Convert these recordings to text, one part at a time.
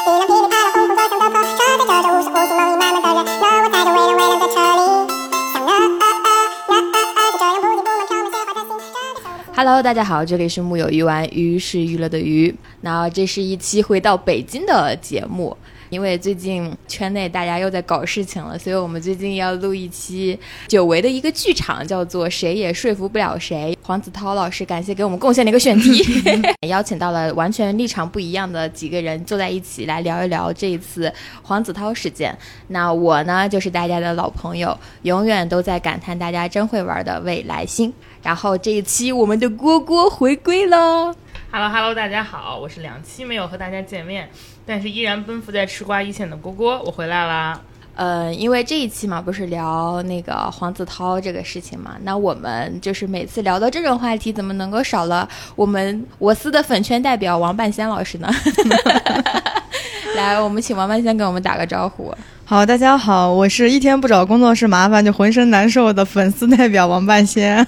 Hello， 大家好，这里是木有鱼丸，鱼是娱乐的鱼。那这是一期回到北京的节目，因为最近圈内大家又在搞事情了，所以我们最近要录一期久违的一个剧场，叫做谁也说服不了谁。黄子韬老师感谢给我们贡献了一个选题邀请到了完全立场不一样的几个人坐在一起来聊一聊这一次黄子韬事件。那我呢就是大家的老朋友，永远都在感叹大家真会玩的未来星。然后这一期我们的蝈蝈回归了。 Hello， 大家好，我是2期没有和大家见面，但是依然奔赴在吃瓜一线的蝈蝈，我回来啦。 因为这一期嘛，不是聊那个黄子韬这个事情嘛，那我们就是每次聊到这种话题，怎么能够少了我司的粉圈代表王半仙老师呢？来，我们请王半仙给我们打个招呼。 好，大家好，我是一天不找工作室麻烦就浑身难受的粉丝代表王半仙。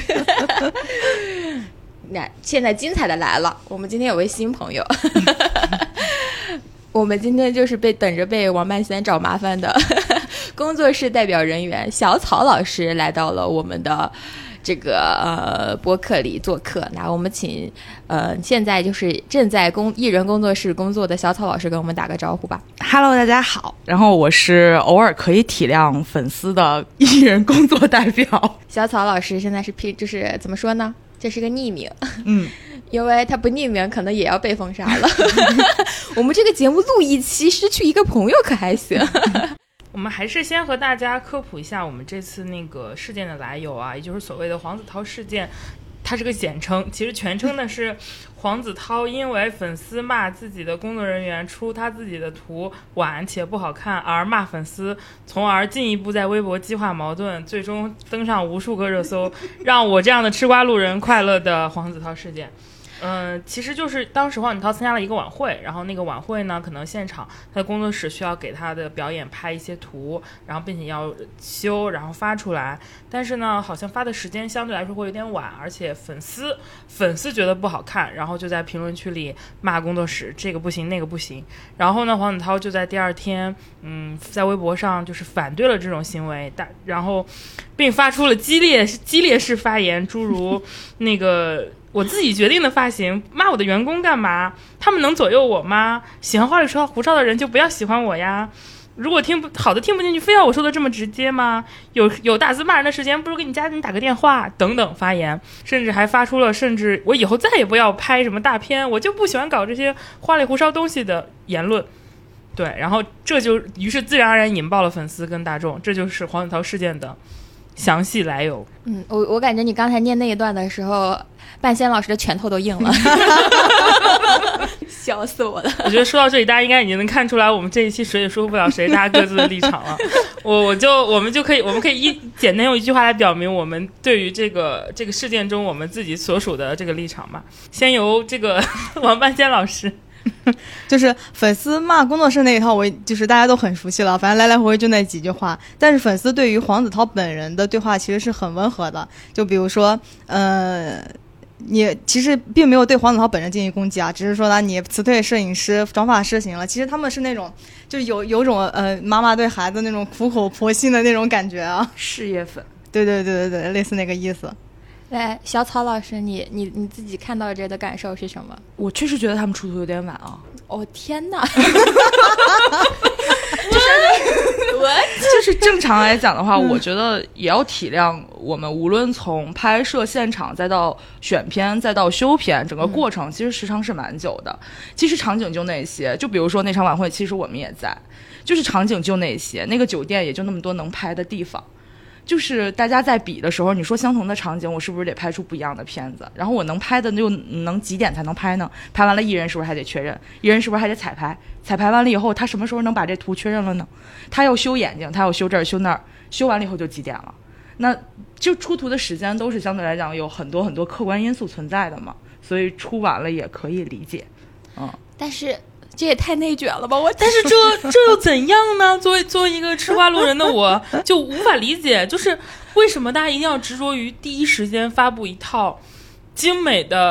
那现在精彩的来了，我们今天有位新朋友。我们今天就是等着被王半仙找麻烦的工作室代表人员小草老师来到了我们的这个播客里做客。那我们请现在就是正在艺人工作室工作的小草老师跟我们打个招呼吧。 Hello， 大家好，然后我是偶尔可以体谅粉丝的艺人工作代表。 小草老师现在是就是怎么说呢？这是个匿名，因为他不匿名可能也要被封杀了。我们这个节目录一期失去一个朋友可还行。 我们还是先和大家科普一下我们这次那个事件的来由啊，也就是所谓的黄子韬事件。它是个简称，其实全称的是黄子韬因为粉丝骂自己的工作人员出他自己的图晚且不好看而骂粉丝，从而进一步在微博激化矛盾，最终登上无数个热搜，让我这样的吃瓜路人快乐的黄子韬事件。其实就是当时黄子韬参加了一个晚会，然后那个晚会呢，可能现场他的工作室需要给他的表演拍一些图，然后并且要修，然后发出来。但是呢，好像发的时间相对来说会有点晚，而且粉丝觉得不好看，然后就在评论区里骂工作室这个不行那个不行。然后呢，黄子韬就在第二天，在微博上就是反对了这种行为，然后并发出了激烈式发言，诸如那个。我自己决定的发型，骂我的员工干嘛？他们能左右我吗？喜欢花里胡哨的人就不要喜欢我呀！如果听不进去，非要我说的这么直接吗？有大字骂人的时间，不如给你家人打个电话等等发言，甚至还发出了我以后再也不要拍什么大片，我就不喜欢搞这些花里胡哨东西的言论。对，然后于是自然而然引爆了粉丝跟大众，这就是黄子韬事件的详细来由。 我感觉你刚才念那一段的时候，半仙老师的拳头都硬了。笑死我了。 我觉得说到这里，大家应该已经能看出来我们这一期谁也说服不了谁，大家各自的立场了。我们可以简单用一句话来表明我们对于这个事件中我们自己所属的这个立场吧。先由这个王半仙老师。 就是粉丝骂工作室那一套，就是大家都很熟悉了，反正来来回回就那几句话。但是粉丝对于黄子韬本人的对话其实是很温和的，就比如说，你其实并没有对黄子韬本人进行攻击啊，只是说呢，你辞退摄影师、长发师行了。其实他们是那种，就有种妈妈对孩子那种苦口婆心的那种感觉啊， 事业粉。 对，类似那个意思。 来，小草老师，你自己看到这的感受是什么？ 我确实觉得他们出图有点晚啊！ 哦天哪！ 就是正常来讲的话，我觉得也要体谅我们，无论从拍摄现场再到选片再到修片，整个过程其实时长是蛮久的。其实场景就那些，就比如说那场晚会，其实我们也在，就是场景就那些，那个酒店也就那么多能拍的地方。就是大家在比的时候，你说相同的场景，我是不是得拍出不一样的片子？然后我能拍的就能几点才能拍呢？拍完了艺人是不是还得确认？艺人是不是还得彩排？彩排完了以后，他什么时候能把这图确认了呢？他要修眼睛，他要修这儿修那儿，修完了以后就几点了？那就出图的时间都是相对来讲有很多很多客观因素存在的嘛，所以出晚了也可以理解。 但是这也太内卷了吧！ 但是这又怎样呢？作为一个吃瓜路人的我，就无法理解，就是为什么大家一定要执着于第一时间发布一套精美的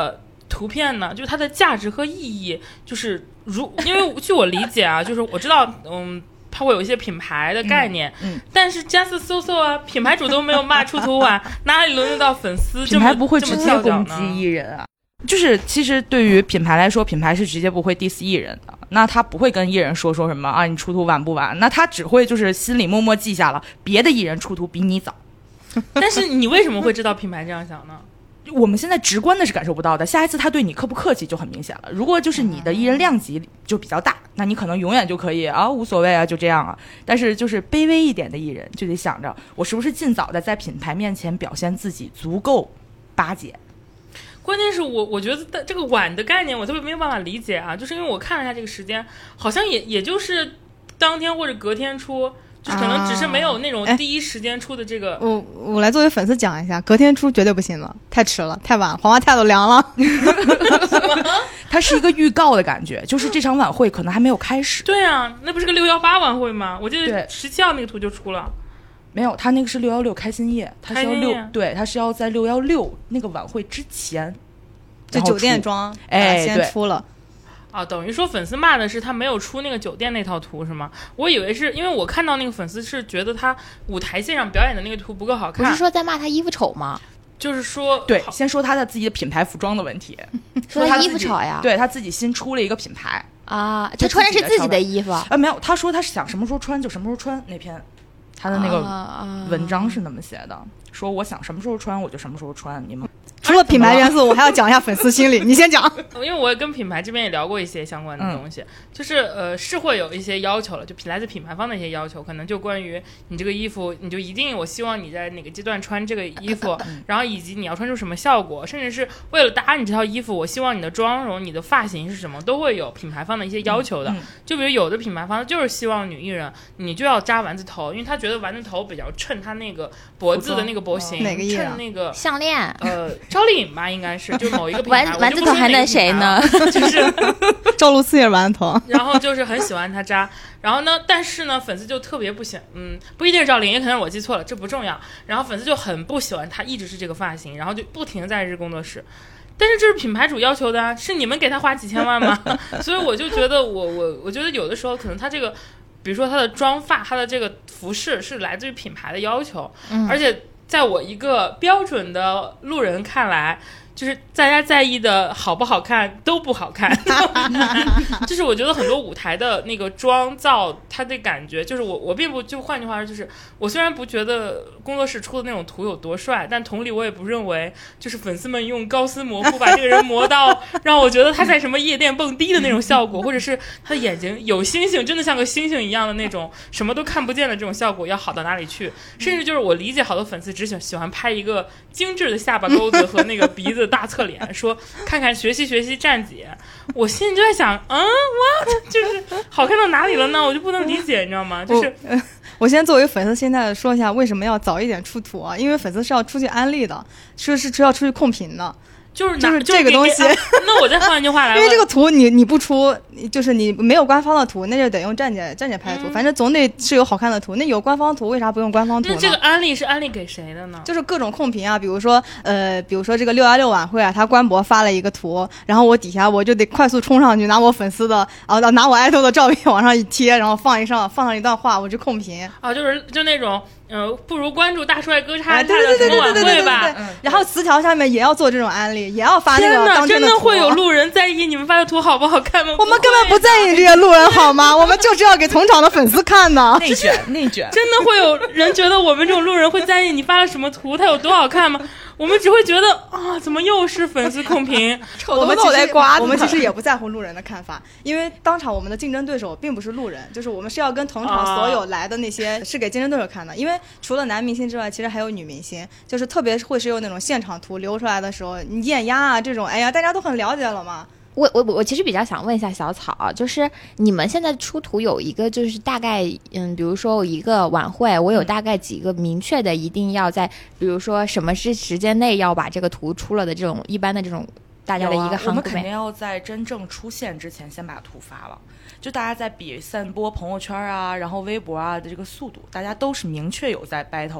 图片呢，就是它的价值和意义，就是因为据我理解啊，就是我知道，它会有一些品牌的概念，但是 Just So 啊，品牌主都没有骂出图晚，哪里轮得到粉丝品牌不会直接攻击艺人啊？就是其实对于品牌来说，品牌是直接不会 diss 艺人的，那他不会跟艺人说什么啊，你出图晚不晚？那他只会就是心里默默记下了，别的艺人出图比你早。 但是你为什么会知道品牌这样想呢？ 我们现在直观的是感受不到的，下一次他对你客不客气就很明显了。如果就是你的艺人量级就比较大，那你可能永远就可以啊，无所谓啊，就这样啊。但是就是卑微一点的艺人，就得想着我是不是尽早的在品牌面前表现自己足够巴结。 关键是我觉得这个晚的概念我特别没有办法理解啊，就是因为我看了一下这个时间，好像也就是当天或者隔天出。就是可能只是没有那种第一时间出的这个。 我来作为粉丝讲一下，隔天出绝对不行了，太迟了，太晚了，黄花菜都凉了。 它是一个预告的感觉，就是这场晚会可能还没有开始。 对啊，那不是个618晚会吗？我记得17号那个图就出了。 没有，他那个是616开心夜，他是要对，他是要在616那个晚会之前， 就酒店装先出了。 啊，等于说粉丝骂的是他没有出那个酒店那套图是吗？我以为是因为我看到那个粉丝是觉得他舞台现场表演的那个图不够好看。 不是说在骂他衣服丑吗？ 就是说， 对，先说他的自己的品牌服装的问题， 说他衣服丑呀， 对他自己新出了一个品牌啊，他穿的是自己的衣服啊， 没有，他说他是想什么时候穿就什么时候穿，那篇他的那个文章是那么写的，说我想什么时候穿我就什么时候穿，你们。 除了品牌元素，我还要讲一下粉丝心理。你先讲， 因为我也跟品牌这边也聊过一些相关的东西，就是是会有一些要求了，就来自品牌方的一些要求，可能就关于你这个衣服，你就一定我希望你在哪个阶段穿这个衣服，然后以及你要穿出什么效果，甚至是为了搭你这套衣服，我希望你的妆容、你的发型是什么，都会有品牌方的一些要求的。就比如有的品牌方就是希望女艺人你就要扎丸子头，因为他觉得丸子头比较衬他那个脖子的那个脖型， 哪个艺人？ 衬那个项链。 赵丽颖吧，应该是就某一个品牌。 丸子头还能谁呢？ 就是赵露思也丸子头。 然后就是很喜欢他扎，然后呢，但是呢，粉丝就特别不喜，不一定是赵丽颖，也可能是我记错了，这不重要。然后粉丝就很不喜欢他一直是这个发型，然后就不停地在日工作室。但是这是品牌主要求的啊，是你们给他花几千万吗？所以我就觉得我觉得有的时候可能他这个。比如说他的妆发，他的这个服饰是来自于品牌的要求，而且在我一个标准的路人看来，就是大家在意的好不好看都不好看。就是我觉得很多舞台的那个妆造，它的感觉就是我并不，就换句话说，就是我虽然不觉得工作室出的那种图有多帅，但同理我也不认为就是粉丝们用高斯模糊把这个人磨到让我觉得他在什么夜店蹦迪的那种效果，或者是他的眼睛有星星，真的像个星星一样的那种什么都看不见的这种效果要好到哪里去。甚至就是我理解好多粉丝只喜欢拍一个精致的下巴钩子和那个鼻子大侧脸，说看看学习站姐，我心里就在想what 就是好看到哪里了呢？我就不能理解，你知道吗？就是我先作为粉丝心态说一下为什么要早一点出图啊，因为粉丝是要出去安利的，是要出去控评的。就是这个东西， 那我再换一句话来问， 因为这个图你不出，就是你没有官方的图，那就得用站姐拍的图，反正总得是有好看的图。那有官方图，为啥不用官方图呢？ 那这个安利是安利给谁的呢？ 就是各种控评啊，比如说这个616晚会啊，他官博发了一个图，然后我底下我就得快速冲上去拿我粉丝的拿我爱豆的照片往上一贴，然后放上一段话，我去控评啊，就那种。不如关注大帅哥叉叉的什么晚会吧。 然后词条下面也要做这种安利，也要发那个当天的图。 真的会有路人在意你们发的图好不好看吗？ 我们根本不在意这些路人好吗？我们就是要给同场的粉丝看的。 内卷。 真的会有人觉得我们这种路人会在意你发了什么图，它有多好看吗？我们只会觉得啊，怎么又是粉丝控评？ 我们其实也不在乎路人的看法，因为当场我们的竞争对手并不是路人，就是我们是要跟同场所有来的那些是给竞争对手看的。因为除了男明星之外，其实还有女明星，就是特别会是有那种现场图流出来的时候，你艳压啊这种，哎呀，大家都很了解了嘛。 我其实比较想问一下小草，就是你们现在出图有一个就是大概比如说一个晚会，我有大概几个明确的一定要在比如说什么时间内要把这个图出了的这种一般的这种大家的一个我们肯定要在真正出现之前先把图发了，就大家在比散播朋友圈啊然后微博啊的这个速度，大家都是明确有在 battle 的。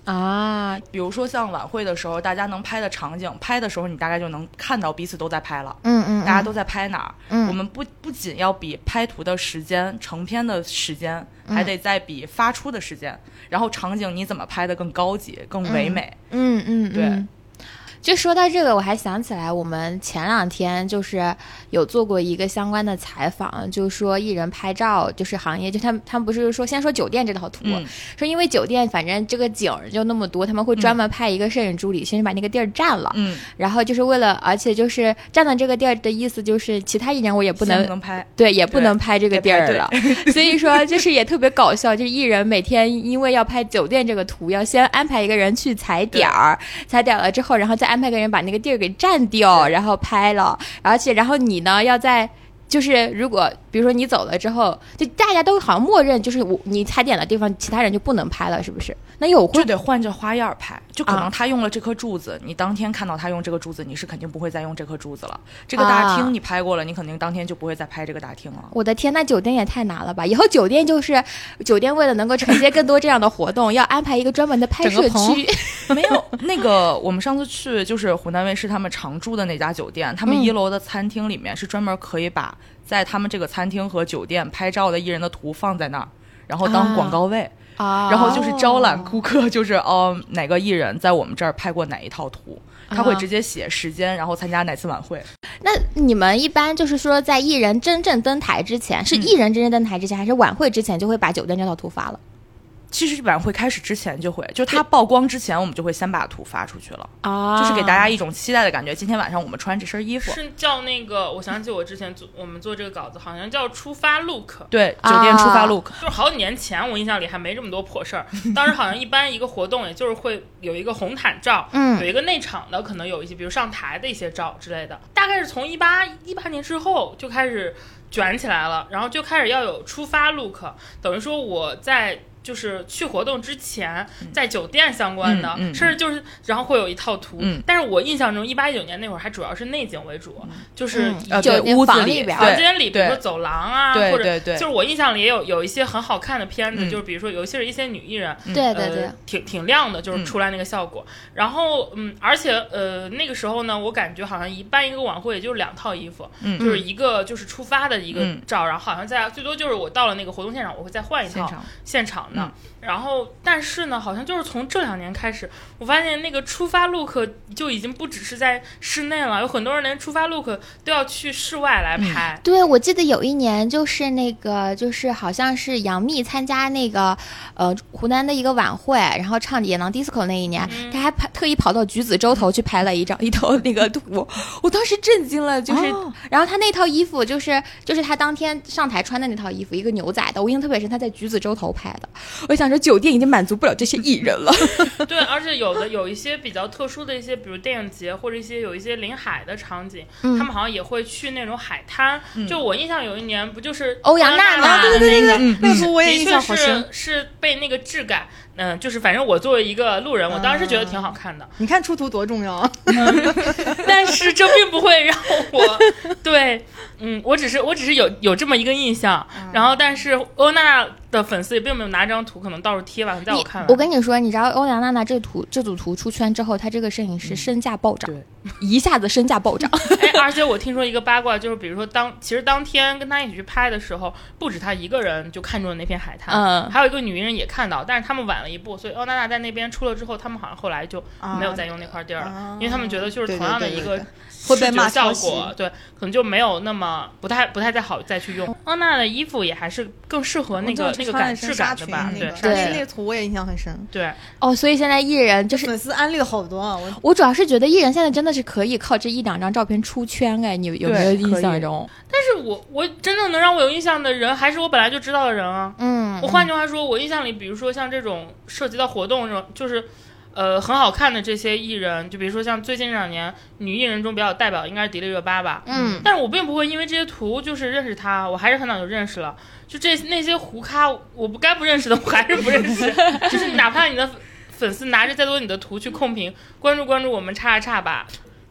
啊， 比如说像晚会的时候，大家能拍的场景，拍的时候你大概就能看到彼此都在拍了，大家都在拍哪儿。我们不仅要比拍图的时间、成片的时间，还得再比发出的时间，然后场景你怎么拍的更高级、更唯美。对。 就说到这个，我还想起来，我们前2天就是有做过一个相关的采访，就说艺人拍照就是行业，就他们不是说先说酒店这套图，说因为酒店反正这个景就那么多，他们会专门派一个摄影助理先把那个地儿占了，然后就是为了，而且就是占了这个地儿的意思就是其他艺人我也不能拍， 对，也不能拍这个地儿了，所以说就是也特别搞笑，就是艺人每天因为要拍酒店这个图，要先安排一个人去踩点儿，踩点了之后，然后再安排个人把那个地儿给占掉，然后拍了，然后你呢要在就是如果比如说你走了之后，就大家都好像默认就是你踩点的地方其他人就不能拍了，是不是？那就得换着花样拍，就可能他用了这颗柱子，你当天看到他用这个柱子，你是肯定不会再用这颗柱子了。这个大厅你拍过了，你肯定当天就不会再拍这个大厅了。 我的天，那酒店也太难了吧！以后酒店为了能够承接更多这样的活动，要安排一个专门的拍摄区。 没有那个，我们上次去就是湖南卫视他们常住的那家酒店，他们1楼的餐厅里面是专门可以把在他们这个餐厅和酒店拍照的艺人的图放在那儿，然后当广告位。然后就是招揽顾客，就是哪个艺人在我们这儿拍过哪一套图，他会直接写时间，然后参加哪次晚会。 那你们一般就是说在艺人真正登台之前，是艺人真正登台之前，还是晚会之前就会把酒店这套图发了？ 其实晚会开始之前就会，就他曝光之前，我们就会先把图发出去了，就是给大家一种期待的感觉。今天晚上我们穿这身衣服， 是叫那个，我想起我之前我们做这个稿子，好像叫出发 look。 对，酒店出发 look， 就是好几年前，我印象里还没这么多破事儿。当时好像一般一个活动，也就是会有一个红毯照，有一个内场的，可能有一些，比如上台的一些照之类的。大概是从18年之后就开始卷起来了，然后就开始要有出发 look， 等于说我在。就是去活动之前，在酒店相关的，甚至就是然后会有一套图。但是我印象中18、19年那会儿还主要是内景为主，就是酒店屋子里、 房间里，比如说走廊啊，或者就是我印象里也有一些很好看的片子，就是比如说尤其是一些女艺人， 对， 挺亮的，就是出来那个效果。然后而且那个时候呢，我感觉好像一般一个晚会也就是2套衣服，就是一个就是出发的一个照，然后好像最多就是我到了那个活动现场，我会再换一套现场。然后但是呢好像就是从这2年开始，我发现那个出发 look 就已经不只是在室内了，有很多人连出发 look 都要去室外来拍。 对，我记得有一年就是那个就是好像是杨幂参加那个湖南的一个晚会，然后唱野狼 disco 那一年，她还特意跑到橘子洲头去拍了一套那个图，我当时震惊了，就是然后她那套衣服就是她当天上台穿的那套衣服，一个牛仔的，我印象特别深，她在橘子洲头拍的。我想说酒店已经满足不了这些艺人了。 对，而且有一些比较特殊的一些，比如电影节或者有一些临海的场景，他们好像也会去那种海滩。就我印象有一年不就是欧阳娜娜的那个图我也印象好深， 是被那个质感。就是反正我作为一个路人，我当时觉得挺好看的。 你看出图多重要啊！ 但是这并不会让我对，我只是有这么一个印象。然后，但是欧娜娜的粉丝也并没有拿这张图可能到处贴吧，在我看来， 我跟你说，你知道欧阳娜娜这组图出圈之后，她这个摄影师身价暴涨，一下子身价暴涨。 而且我听说一个八卦，就是比如说其实当天跟他一起去拍的时候，不止他一个人就看中了那片海滩，还有一个女艺人也看到，但是他们晚了一步，所以欧娜娜在那边出了之后，他们好像后来就没有再用那块地儿了，因为他们觉得就是同样的一个会被骂效果，对，可能就没有那么不太再好再去用。欧娜娜的衣服也还是更适合那个质感的吧？ 对，那个图我也印象很深。 对， 所以现在艺人就是粉丝安利了好多啊。 我主要是觉得艺人现在真的是可以靠这1-2张照片出圈，你有没有印象中？ 但是我真正能让我有印象的人，还是我本来就知道的人啊。我换句话说，我印象里，比如说像这种涉及到活动这种，就是很好看的这些艺人，就比如说像最近这2年女艺人中比较有代表应该是迪丽热巴吧。但是我并不会因为这些图就是认识她，我还是很早就认识了。就那些胡咖，我不该不认识的，我还是不认识。就是哪怕你的粉丝拿着再多你的图去控评，关注我们叉吧。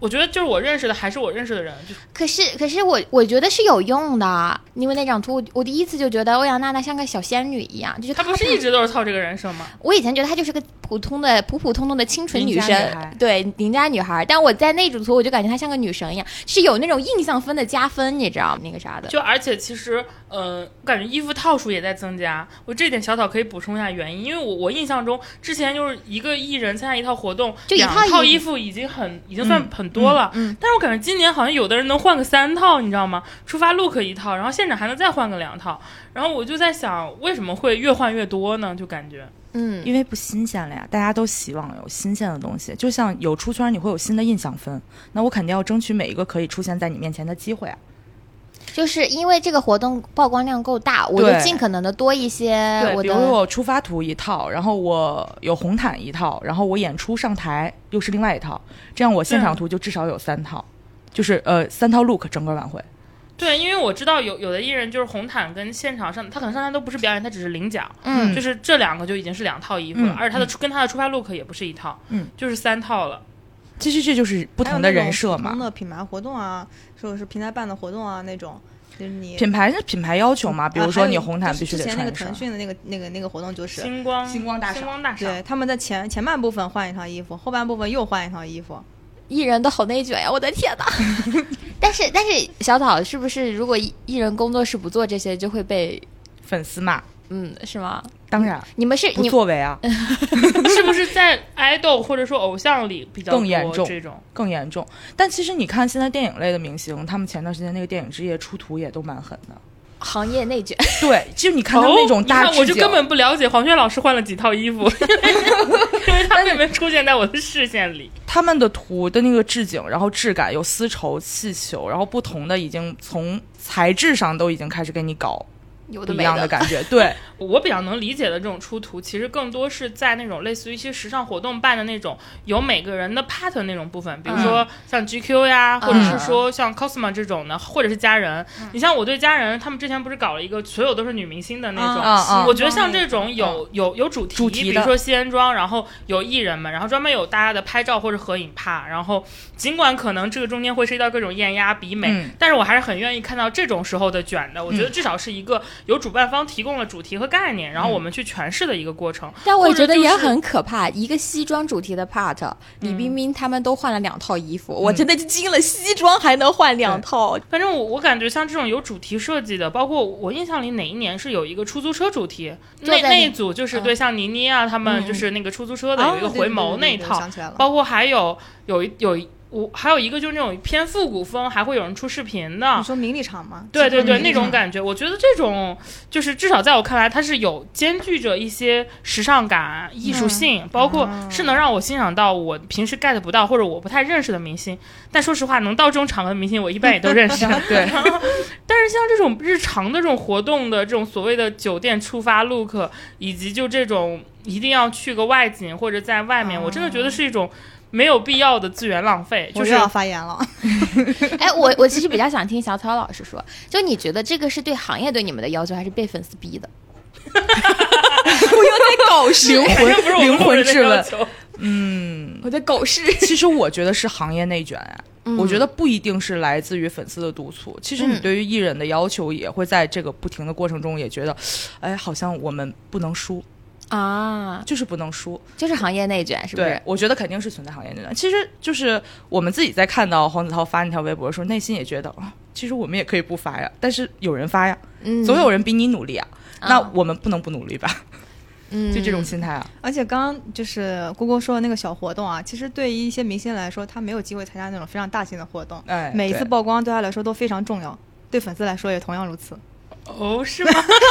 我觉得就是我认识的还是我认识的人， 可是我觉得是有用的，因为那张图我第一次就觉得欧阳娜娜像个小仙女一样，就是她不是一直都是操这个人设吗？ 我以前觉得她就是个普通的清纯女生，对，邻家女孩。但我在那组图我就感觉她像个女神一样，是有那种印象分的加分，你知道那个啥的。 就而且其实我感觉衣服套数也在增加。我这点小草可以补充一下原因，因为我印象中之前就是一个艺人参加一套活动， 就 2套衣服已经算很多了。但是我感觉今年好像有的人能换个3套，你知道吗？出发 look 1套，然后现场还能再换个2套。然后我就在想，为什么会越换越多呢？就感觉因为不新鲜了呀，大家都希望有新鲜的东西。就像有出圈，你会有新的印象分，那我肯定要争取每一个可以出现在你面前的机会啊。 就是因为这个活动曝光量够大，我就尽可能的多一些。 对，比如我出发图1套，然后我有红毯1套，然后我演出上台又是另外1套，这样我现场图就至少有3套，就是3套 look 整个晚会。 对，因为我知道有的艺人就是红毯跟现场上，他可能上台都不是表演，他只是领奖，就是这2个就已经是2套衣服了，而且跟他的出发 look 也不是1套，就是3套了。 其实这就是不同的人设嘛。 普通的品牌活动啊，或者是平台办的活动啊那种，就是你品牌是品牌要求嘛，比如说你红毯必须得穿上。 之前那个腾讯的那个活动就是星光大赏，对，他们在前半部分换1套衣服，后半部分又换1套衣服。 艺人都好内卷呀！我的天哪！但是小草是不是如果艺人工作室不做这些，就会被粉丝骂？ 是吗？ 当然， 你们是不作为啊？ 是不是在idol或者说偶像里比较多更严重？ 这种更严重。但其实你看现在电影类的明星，他们前段时间那个电影之夜出图也都蛮狠的。 行业内卷， 对，就你看他们那种大我就根本不了解黄轩老师换了几套衣服，因为他们没出现在我的视线里。 他们的图的那个置景，然后质感有丝绸、气球，然后不同的已经从材质上都已经开始给你搞不一样的感觉。对， 我比较能理解的这种出图，其实更多是在那种类似于一些时尚活动办的那种有每个人的 pattern 那种部分，比如说像 GQ 呀，或者是说像 Cosmo 这种的，或者是家人。你像我对家人，他们之前不是搞了一个所有都是女明星的那种，我觉得像这种有主题，比如说西安庄，然后有艺人们，然后专门有大家的拍照或者合影趴，然后尽管可能这个中间会涉及到各种艳压比美，但是我还是很愿意看到这种时候的卷的。我觉得至少是一个有主办方提供了主题和概念，然后我们去诠释的一个过程。 但我觉得也很可怕，一个西装主题的 part， 李冰冰他们都换了2套衣服，我真的就惊了，西装还能换2套。 反正我感觉像这种有主题设计的，包括我印象里哪一年是有一个出租车主题，那一组就是对像倪妮啊他们就是那个出租车的有一个回眸那一套，包括还有还有一个就是那种偏复古风，还会有人出视频的。 你说名利场吗？ 对，那种感觉，我觉得这种就是至少在我看来，它是有兼具着一些时尚感、艺术性，包括是能让我欣赏到我平时 get 不到或者我不太认识的明星。但说实话，能到这种场合的明星，我一般也都认识。 对。 但是像这种日常的这种活动的这种所谓的酒店出发 look， 以及就这种一定要去个外景或者在外面，我真的觉得是一种没有必要的资源浪费。就是我要发言了。 哎，我其实比较想听小草老师说，就你觉得这个是对行业对你们的要求，还是被粉丝逼的？ 我又在搞事， 灵魂质问。 我在搞事。 其实我觉得是行业内卷啊。我觉得不一定是来自于粉丝的督促，其实你对于艺人的要求也会在这个不停的过程中也觉得，哎，好像我们不能输啊， 就是不能输， 就是行业内卷，是不是？ 对，我觉得肯定是存在行业内卷。其实就是我们自己在看到黄子韬发那条微博的时候，内心也觉得其实我们也可以不发呀，但是有人发呀，总有人比你努力啊，那我们不能不努力吧？就这种心态啊。 而且刚刚就是姑姑说的那个小活动啊，其实对于一些明星来说，他没有机会参加那种非常大型的活动，每一次曝光对他来说都非常重要，对粉丝来说也同样如此。 哦，是吗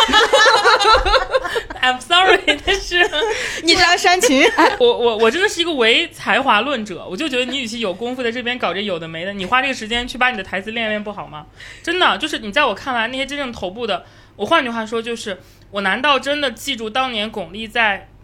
？I'm sorry， 但是你这样煽情， 我真的是一个唯才华论者，我就觉得你与其有功夫在这边搞这有的没的，你花这个时间去把你的台词练练不好吗？真的，就是你在我看来那些真正头部的，我换句话说就是，我难道真的记住当年巩俐在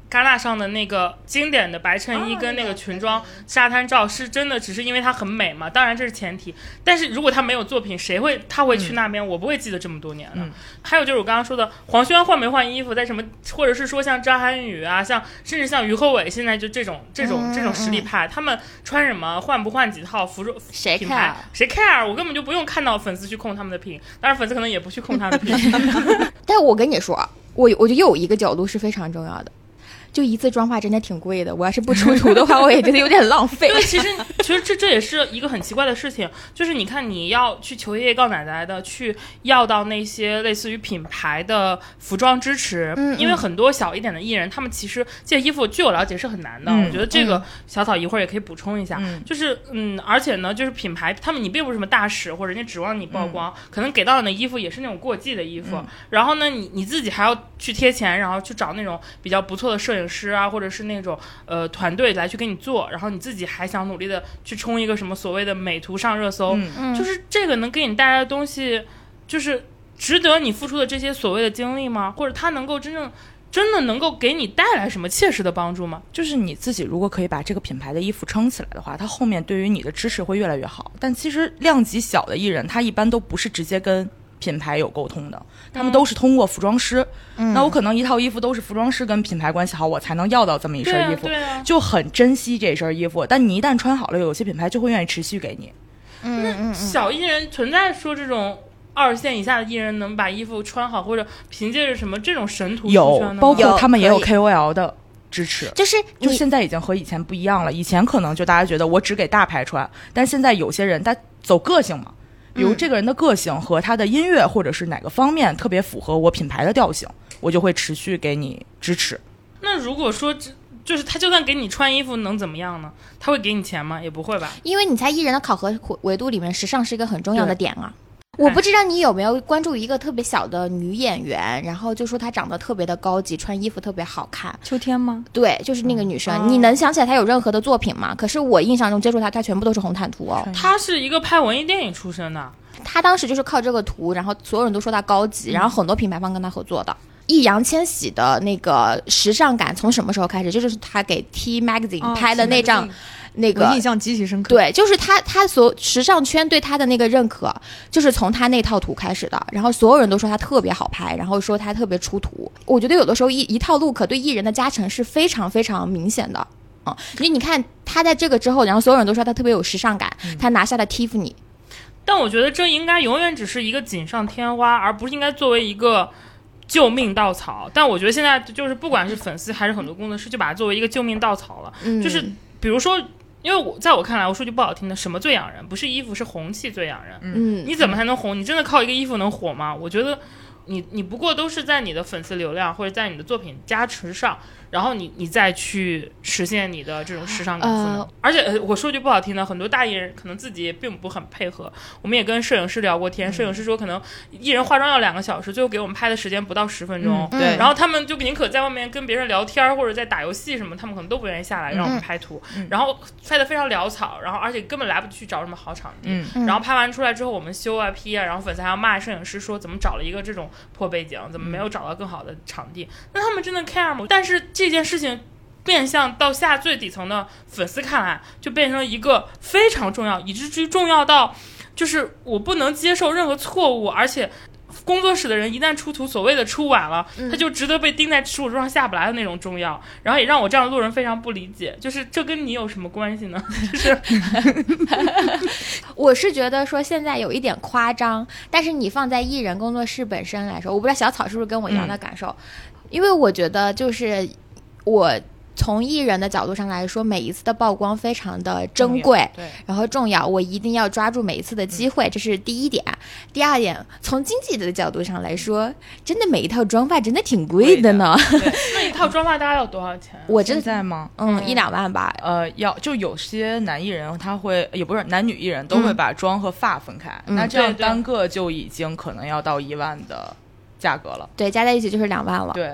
戛纳上的那个经典的白衬衣跟那个裙装沙滩照，是真的只是因为它很美嘛？当然这是前提，但是如果他没有作品，他会去那边？我不会记得这么多年了。还有就是我刚刚说的黄轩换没换衣服，在什么，或者是说像张涵予啊，甚至像于和伟，现在就这种实力派，他们穿什么换不换几套服装， 谁品牌 care？ 我根本就不用看到粉丝去控他们的品，当然粉丝可能也不去控他的品。 但我跟你说，我觉得有一个角度是非常重要的。就一次妆发真的挺贵的，我要是不出图的话，我也觉得有点浪费。 对，其实这也是一个很奇怪的事情，就是你看你要去求爷爷告奶奶的去要到那些类似于品牌的服装支持，因为很多小一点的艺人，他们其实这衣服据我了解是很难的。我觉得这个小草一会儿也可以补充一下，就是而且呢，就是品牌他们你并不是什么大使，或者人家指望你曝光，可能给到你的衣服也是那种过季的衣服，然后呢，你自己还要去贴钱，然后去找那种比较不错的摄影师啊，或者是那种团队来去给你做，然后你自己还想努力的去冲一个什么所谓的美图上热搜，就是这个能给你带来的东西，就是值得你付出的这些所谓的精力吗？或者它能够真的能够给你带来什么切实的帮助吗？ 就是你自己如果可以把这个品牌的衣服撑起来的话，它后面对于你的支持会越来越好。但其实量级小的艺人，他一般都不是直接跟品牌有沟通的，他们都是通过服装师。那我可能一套衣服都是服装师跟品牌关系好，我才能要到这么一身衣服，就很珍惜这身衣服。但你一旦穿好了，有些品牌就会愿意持续给你。 那小艺人存在说这种2线以下的艺人能把衣服穿好，或者凭借着什么这种神图有，包括他们也有 KOL 的支持， 就现在已经和以前不一样了。以前可能就大家觉得我只给大牌穿，但现在有些人他走个性嘛，比如这个人的个性和他的音乐或者是哪个方面特别符合我品牌的调性，我就会持续给你支持。 那如果说就是他就算给你穿衣服能怎么样呢？他会给你钱吗？也不会吧。 因为你在艺人的考核维度里面，时尚是一个很重要的点啊。我不知道你有没有关注一个特别小的女演员，然后就说她长得特别的高级，穿衣服特别好看。 秋天吗？ 对，就是那个女生。你能想起来她有任何的作品吗？可是我印象中接触她全部都是红毯图哦。 她是一个拍文艺电影出身的， 她当时就是靠这个图，然后所有人都说她高级，然后很多品牌方跟她合作的。易烊千玺的那个时尚感从什么时候开始？就是他给 T Magazine 拍的那张。那个我印象极其深刻。 对，就是他时尚圈对他的那个认可，就是从他那套图开始的。然后所有人都说他特别好拍，然后说他特别出图。我觉得有的时候一套 look 对艺人的加成是非常非常明显的。因为你看他在这个之后，然后所有人都说他特别有时尚感，他拿下了 Tiffany。 但我觉得这应该永远只是一个锦上添花，而不是应该作为一个救命稻草。但我觉得现在就是不管是粉丝还是很多工作室，就把它作为一个救命稻草了。就是比如说，因为在我看来，我说句不好听的，什么最养人？不是衣服，是红气最养人。你怎么才能红？你真的靠一个衣服能火吗？我觉得你不过都是在你的粉丝流量或者在你的作品加持上，然后你再去实现你的这种时尚感赋能。而且我说句不好听的，很多大艺人可能自己也并不很配合。我们也跟摄影师聊过天，摄影师说可能艺人化妆要2个小时，最后给我们拍的时间不到10分钟。对，然后他们就宁可在外面跟别人聊天或者在打游戏什么，他们可能都不愿意下来让我们拍图，然后拍的非常潦草，然后而且根本来不及去找什么好场地。然后拍完出来之后，我们修啊 P 啊，然后粉丝还要骂摄影师说怎么找了一个这种破背景，怎么没有找到更好的场地。那他们真的 care 吗？但是这件事情变相到下最底层的粉丝看来，就变成一个非常重要，以至于重要到就是我不能接受任何错误，而且工作室的人一旦出图所谓的出晚了，他就值得被钉在15桌上下不来的那种重要。然后也让我这样的路人非常不理解，就是这跟你有什么关系呢？就是我是觉得说现在有一点夸张，但是你放在艺人工作室本身来说，我不知道小草是不是跟我一样的感受。因为我觉得就是我从艺人的角度上来说，每一次的曝光非常的珍贵，然后重要，我一定要抓住每一次的机会，这是第一点。第二点，从经济的角度上来说，真的每一套妆发真的挺贵的呢。 那一套妆发大概要多少钱？ 我真的在吗 ？1-2万吧。 就有些男艺人他会，也不是男女艺人都会把妆和发分开，那这样单个就已经可能要到1万的价格了。 对，加在一起就是2万了。 对。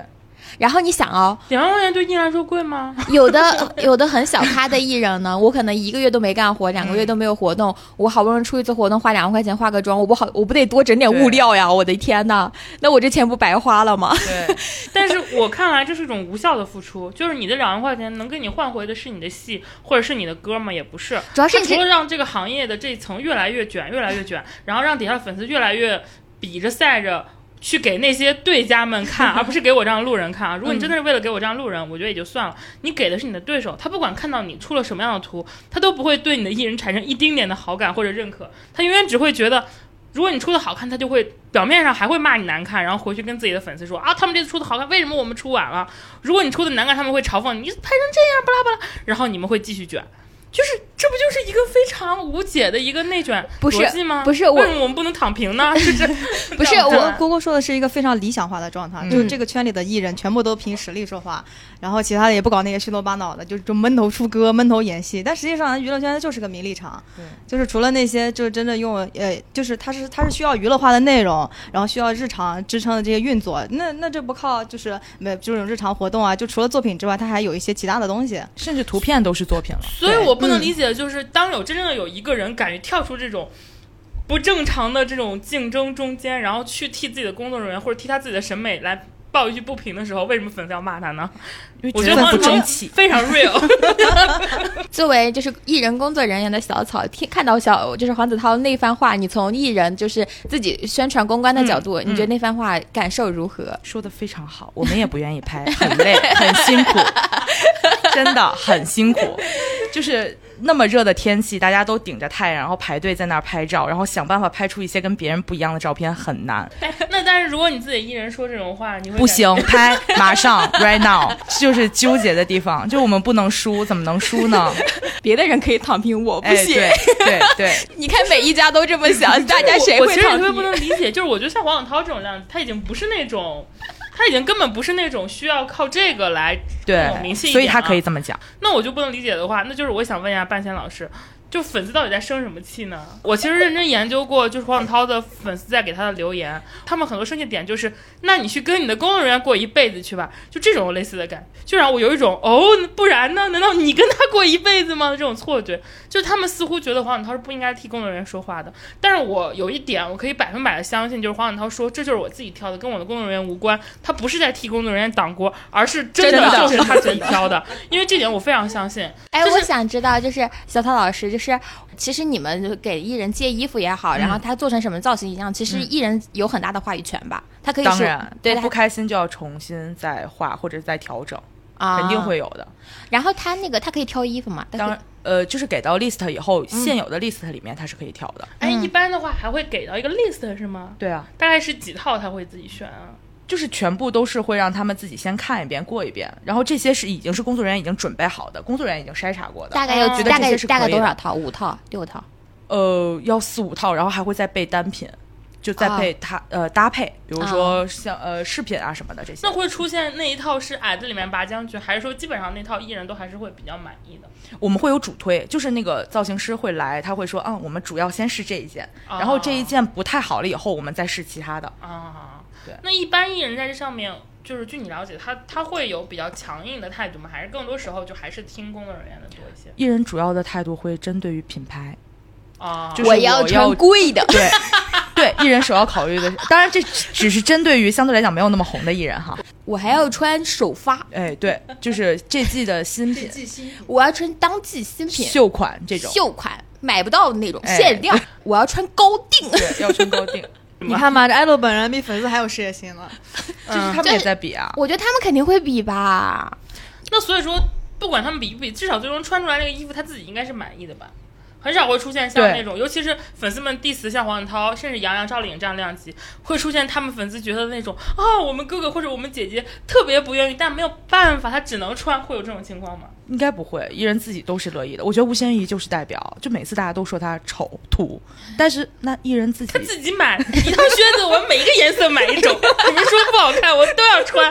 然后你想哦 ，2万块钱对艺人来说贵吗？ 有的很小咖的艺人呢，我可能1个月都没干活，2个月都没有活动，我好不容易出一次活动，花2万块钱化个妆，我不得多整点物料呀？我的天呐，那我这钱不白花了吗？ 对，但是我看来这是一种无效的付出，就是你的2万块钱能给你换回的是你的戏，或者是你的歌吗？也不是， 主要是除了让这个行业的这一层越来越卷，然后让底下的粉丝越来越比着赛着去给那些对家们看，而不是给我这样路人看啊！如果你真的是为了给我这样路人，我觉得也就算了。你给的是你的对手，他不管看到你出了什么样的图，他都不会对你的艺人产生一丁点的好感或者认可，他永远只会觉得，如果你出的好看，他就会表面上还会骂你难看，然后回去跟自己的粉丝说啊，他们这次出的好看，为什么我们出晚了？如果你出的难看，他们会嘲讽你，你拍成这样，巴拉巴拉，然后你们会继续卷。就是这不就是一个非常无解的一个内卷逻辑吗？ 不是为什么我们不能躺平呢？是这不是我姑姑说的是一个非常理想化的状态，就是这个圈里的艺人全部都凭实力说话，然后其他的也不搞那些虚头巴脑的，就闷头出歌、闷头演戏。但实际上，娱乐圈就是个名利场，就是除了那些就是真的用就是它是需要娱乐化的内容，然后需要日常支撑的这些运作，那这不靠就是这种日常活动啊，就除了作品之外，它还有一些其他的东西， 甚至图片都是作品了。 所以我不能理解的就是，当真正的有一个人敢于跳出这种不正常的这种竞争中间，然后去替自己的工作人员或者替他自己的审美来报一句不平的时候，为什么粉丝要骂他呢？我觉得不争气， 非常 real。 作为就是艺人工作人员的小草，看到就是黄子韬那番话，你从艺人就是自己宣传公关的角度，你觉得那番话感受如何？ 说得非常好，我们也不愿意拍，很累，很辛苦，真的很辛苦。就是那么热的天气，大家都顶着太阳，然后排队在那儿拍照，然后想办法拍出一些跟别人不一样的照片，很难。 那但是如果你自己艺人说这种话，你会不行，拍马上 right now， 就是纠结的地方，就我们不能输，怎么能输呢？ 别的人可以躺平，我不行。 对， 你看每一家都这么想，大家谁会躺平？ 我其实特别不能理解，就是我觉得像黄子韬这种量，他已经不是那种。他已经根本不是那种需要靠这个来名气一点， 所以他可以这么讲。 那我就不能理解的话，那就是我想问一下半仙老师，就粉丝到底在生什么气呢？我其实认真研究过，就是黄子韬的粉丝在给他的留言，他们很多生气点就是，那你去跟你的工作人员过一辈子去吧，就这种类似的感觉，就让我有一种不然呢？难道你跟他过一辈子吗？这种错觉，就是他们似乎觉得黄子韬是不应该替工作人员说话的。但是我有一点我可以100%的相信，就是黄子韬说这就是我自己挑的，跟我的工作人员无关，他不是在替工作人员挡锅，而是真的就是他自己挑的，因为这点我非常相信。 我想知道，就是小涛老师，就是其实你们给艺人借衣服也好，然后他做成什么造型一样，其实艺人有很大的话语权吧？他可以说， 当然，对他不开心就要重新再画或者再调整，肯定会有的。 然后他可以挑衣服嘛？ 当然。就是给到 list 以后，现有的 list 里面它是可以挑的。 一般的话还会给到一个 list 是吗？ 对啊， 大概是几套他会自己选啊？ 就是全部都是会让他们自己先看一遍过一遍，然后这些是已经是工作人员已经准备好的，工作人员已经筛查过的。 大概有大概多少套？5套、6套？ 要4、5套，然后还会再备单品。就再配搭配，比如说像饰品啊什么的这些。 那会出现那一套是矮子里面拔将军，还是说基本上那套艺人都还是会比较满意的？ 我们会有主推，就是那个造型师会来，他会说我们主要先试这一件，然后这一件不太好了以后，我们再试其他的。 对。那一般艺人在这上面，就是据你了解，他会有比较强硬的态度吗？还是更多时候就还是听工作人员的多一些？ 艺人主要的态度会针对于品牌。 就是我要穿贵的。 对，艺人首要考虑的，当然这只是针对于相对来讲没有那么红的艺人哈。 我还要穿首发， 对，就是这季的新品， 我要穿当季新品， 秀款这种， 秀款买不到的那种限量，我要穿高定， 对，要穿高定。 你看嘛，这爱豆本人比粉丝还有事业心了， 就是他们也在比啊。 我觉得他们肯定会比吧。 那所以说，不管他们比不比，至少最终穿出来那个衣服，他自己应该是满意的吧？很少会出现像那种，尤其是粉丝们 diss 像黄子韬甚至杨洋、赵丽颖这样量级，会出现他们粉丝觉得那种我们哥哥或者我们姐姐特别不愿意，但没有办法，他只能穿，会有这种情况吗？ 应该不会，艺人自己都是乐意的。我觉得吴宣仪就是代表，就每次大家都说他丑土，但是那艺人自己他自己买一套靴子，我每一个颜色买一种，你们说不好看我都要穿，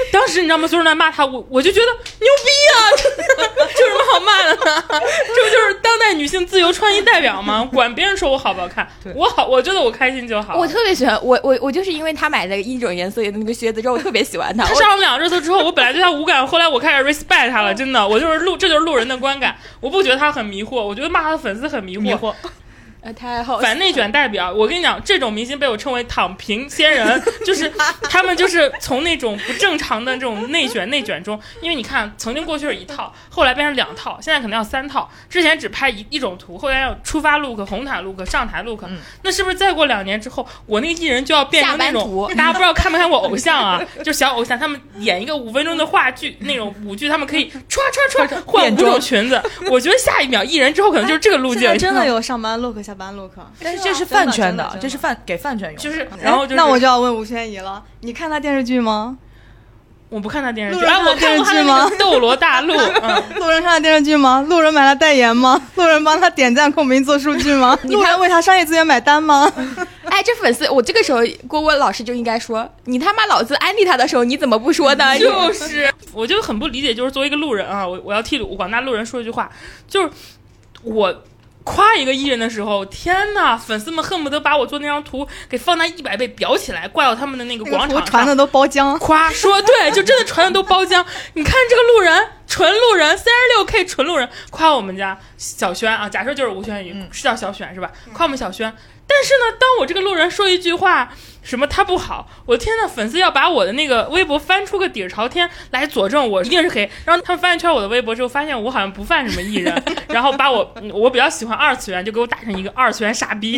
当时你知道吗？所有人在骂他，我就觉得牛逼啊！这有什么好骂的呢？这不就是当代女性自由穿衣代表吗？管别人说我好不好看，我觉得我开心就好。 我特别喜欢我就是因为他买的一种颜色的那个靴子之后，我特别喜欢他。 他上了2热搜之后，我本来对他无感，后来我开始 respect 他了，真的，这就是路人的观感。我不觉得他很迷惑，我觉得骂他的粉丝很迷惑。 太好， 反内卷代表，我跟你讲，这种明星被我称为躺平仙人，就是他们就是从那种不正常的这种内卷中，因为你看，曾经过去是1套，后来变成2套，现在可能要3套。之前只拍一种图，后来要出发 look、红毯 look、上台 look，那是不是再过2年之后，我那个艺人就要变成那种大家不知道看没看过偶像啊？就小偶像，他们演一个5分钟的话剧，那种舞剧，他们可以唰换5种裙子。我觉得下一秒艺人之后可能就是这个路径， 真的有上班 look、下班 look， 但是这是饭圈的，这是给饭圈用的。 就是，然后就是， 那我就要问吴宣仪了，你看他电视剧吗？ 我不看他电视剧， 我看过他的 《斗罗大陆》。 路人看他电视剧吗？路人买他代言吗？路人帮他点赞、控评、做数据吗？路人为他商业资源买单吗？ 哎，这粉丝，我这个时候郭郭老师就应该说，你他妈老子安利他的时候，你怎么不说呢？ 就是，我就很不理解，就是作为一个路人啊，我要替广大路人说一句话，就是我夸一个艺人的时候，天哪，粉丝们恨不得把我做那张图给放大100倍裱起来，挂到他们的那个广场上， 传的都包浆。 夸说对，就真的传的都包浆。你看这个路人，纯路人，36K 纯路人，夸我们家小轩啊，假设就是吴宣宇，是叫小选是吧？夸我们小轩。但是呢，当我这个路人说一句话，什么他不好，我的天呐，粉丝要把我的那个微博翻出个底儿朝天来佐证我一定是黑。然后他们翻一圈我的微博之后，发现我好像不犯什么艺人，然后把我比较喜欢2次元，就给我打成一个2次元傻逼。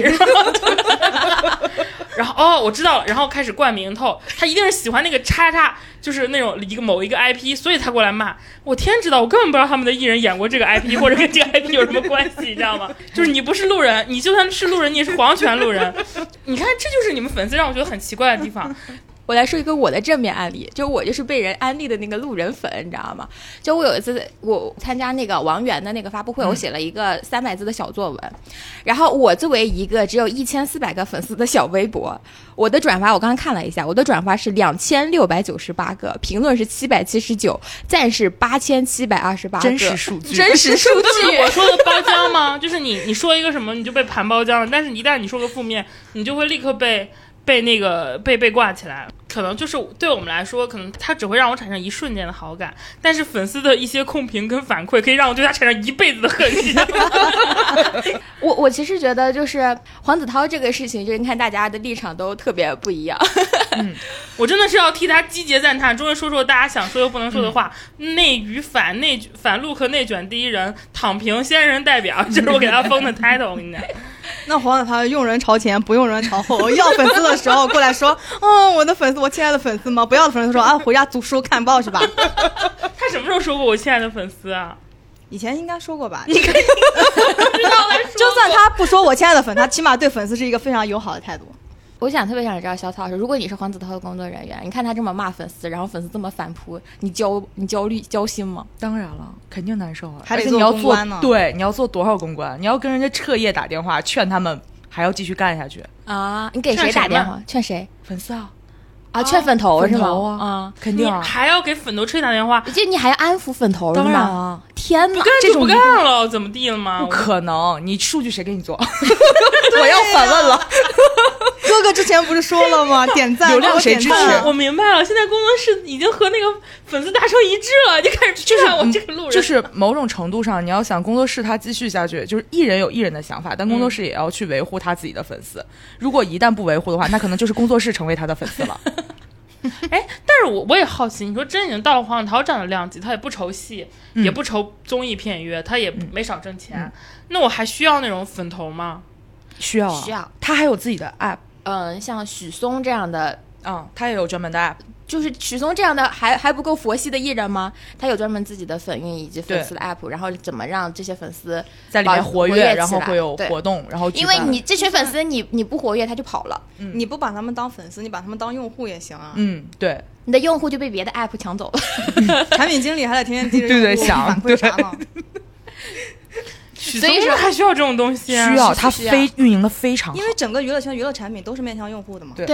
然后我知道了，然后开始冠名头，他一定是喜欢那个叉叉，就是那种某一个 IP， 所以他过来骂我。天知道，我根本不知道他们的艺人演过这个 IP， 或者跟这个 IP 有什么关系，你知道吗？就是你不是路人，你就算是路人，你也是皇权路人。你看，这就是你们粉丝让我觉得很奇怪的地方。 我来说一个我的正面案例，就我就是被人安利的那个路人粉，你知道吗？就我有一次我参加那个王源的那个发布会，我写了一个300字的小作文，然后我作为一个只有1400个粉丝的小微博，我的转发我刚刚看了一下，我的转发是2698个，评论是779，赞是8728个， 真实数据。 我说的包浆吗？就是你说一个什么你就被盘包浆了，但是一旦你说个负面，你就会立刻被那个被挂起来。可能就是对我们来说，可能他只会让我产生一瞬间的好感，但是粉丝的一些控评跟反馈可以让我对他产生一辈子的恨意。 我其实觉得就是黄子韬这个事情，就你看大家的立场都特别不一样。 我真的是要替他击节赞叹，终于说出了大家想说又不能说的话。内娱反 look 内卷第一人，躺平仙人代表，这是我给他封的 title。我跟你讲。 那黄子韬用人朝前，不用人朝后。要粉丝的时候过来说，我的粉丝，我亲爱的粉丝吗？不要的粉丝说啊，回家读书看报是吧？ 他什么时候说过我亲爱的粉丝啊？ 以前应该说过吧？ 你看， 就算他不说我亲爱的粉，他起码对粉丝是一个非常友好的态度。 我特别想知道小草老师，如果你是黄子韬的工作人员，你看他这么骂粉丝，然后粉丝这么反扑，你焦虑焦心吗？ 当然了，肯定难受啊！ 还得做公关呢。 对，你要做多少公关？你要跟人家彻夜打电话劝他们还要继续干下去啊！你给谁打电话？劝谁？ 粉丝啊！ 劝粉头是吗？ 啊，肯定啊！还要给粉头吹打电话， 就你还要安抚粉头是吗？ 当然啊！ 天哪， 不干就不干了，怎么地了吗？ 不可能，你数据谁给你做？我要反问了。 哥哥之前不是说了吗？点赞流量谁支持？ 我明白了，现在工作室已经和那个粉丝达成一致了，就开始就是我这个路人。 就是某种程度上，你要想工作室它继续下去，就是艺人有艺人的想法，但工作室也要去维护他自己的粉丝。如果一旦不维护的话，那可能就是工作室成为他的粉丝了。 哎，但是我也好奇，你说真已经到了黄子韬这样的量级，他也不愁戏，也不愁综艺片约，他也没少挣钱，那我还需要那种粉头吗？ 需要啊， 需要。 他还有自己的 app， 像许嵩这样的， 他也有专门的 app。 就是许嵩这样的还不够佛系的艺人吗？他有专门自己的粉运以及粉丝的 app， 然后怎么让这些粉丝在里面活跃，然后会有活动，然后因为你这群粉丝你不活跃他就跑了， 你不把他们当粉丝，你把他们当用户也行啊。 对， 你的用户就被别的 app 抢走了。 产品经理还得天天记着用户反馈啥呢？ 所以说还需要这种东西啊， 需要他运营的非常好， 因为整个娱乐圈娱乐产品都是面向用户的嘛。 对啊，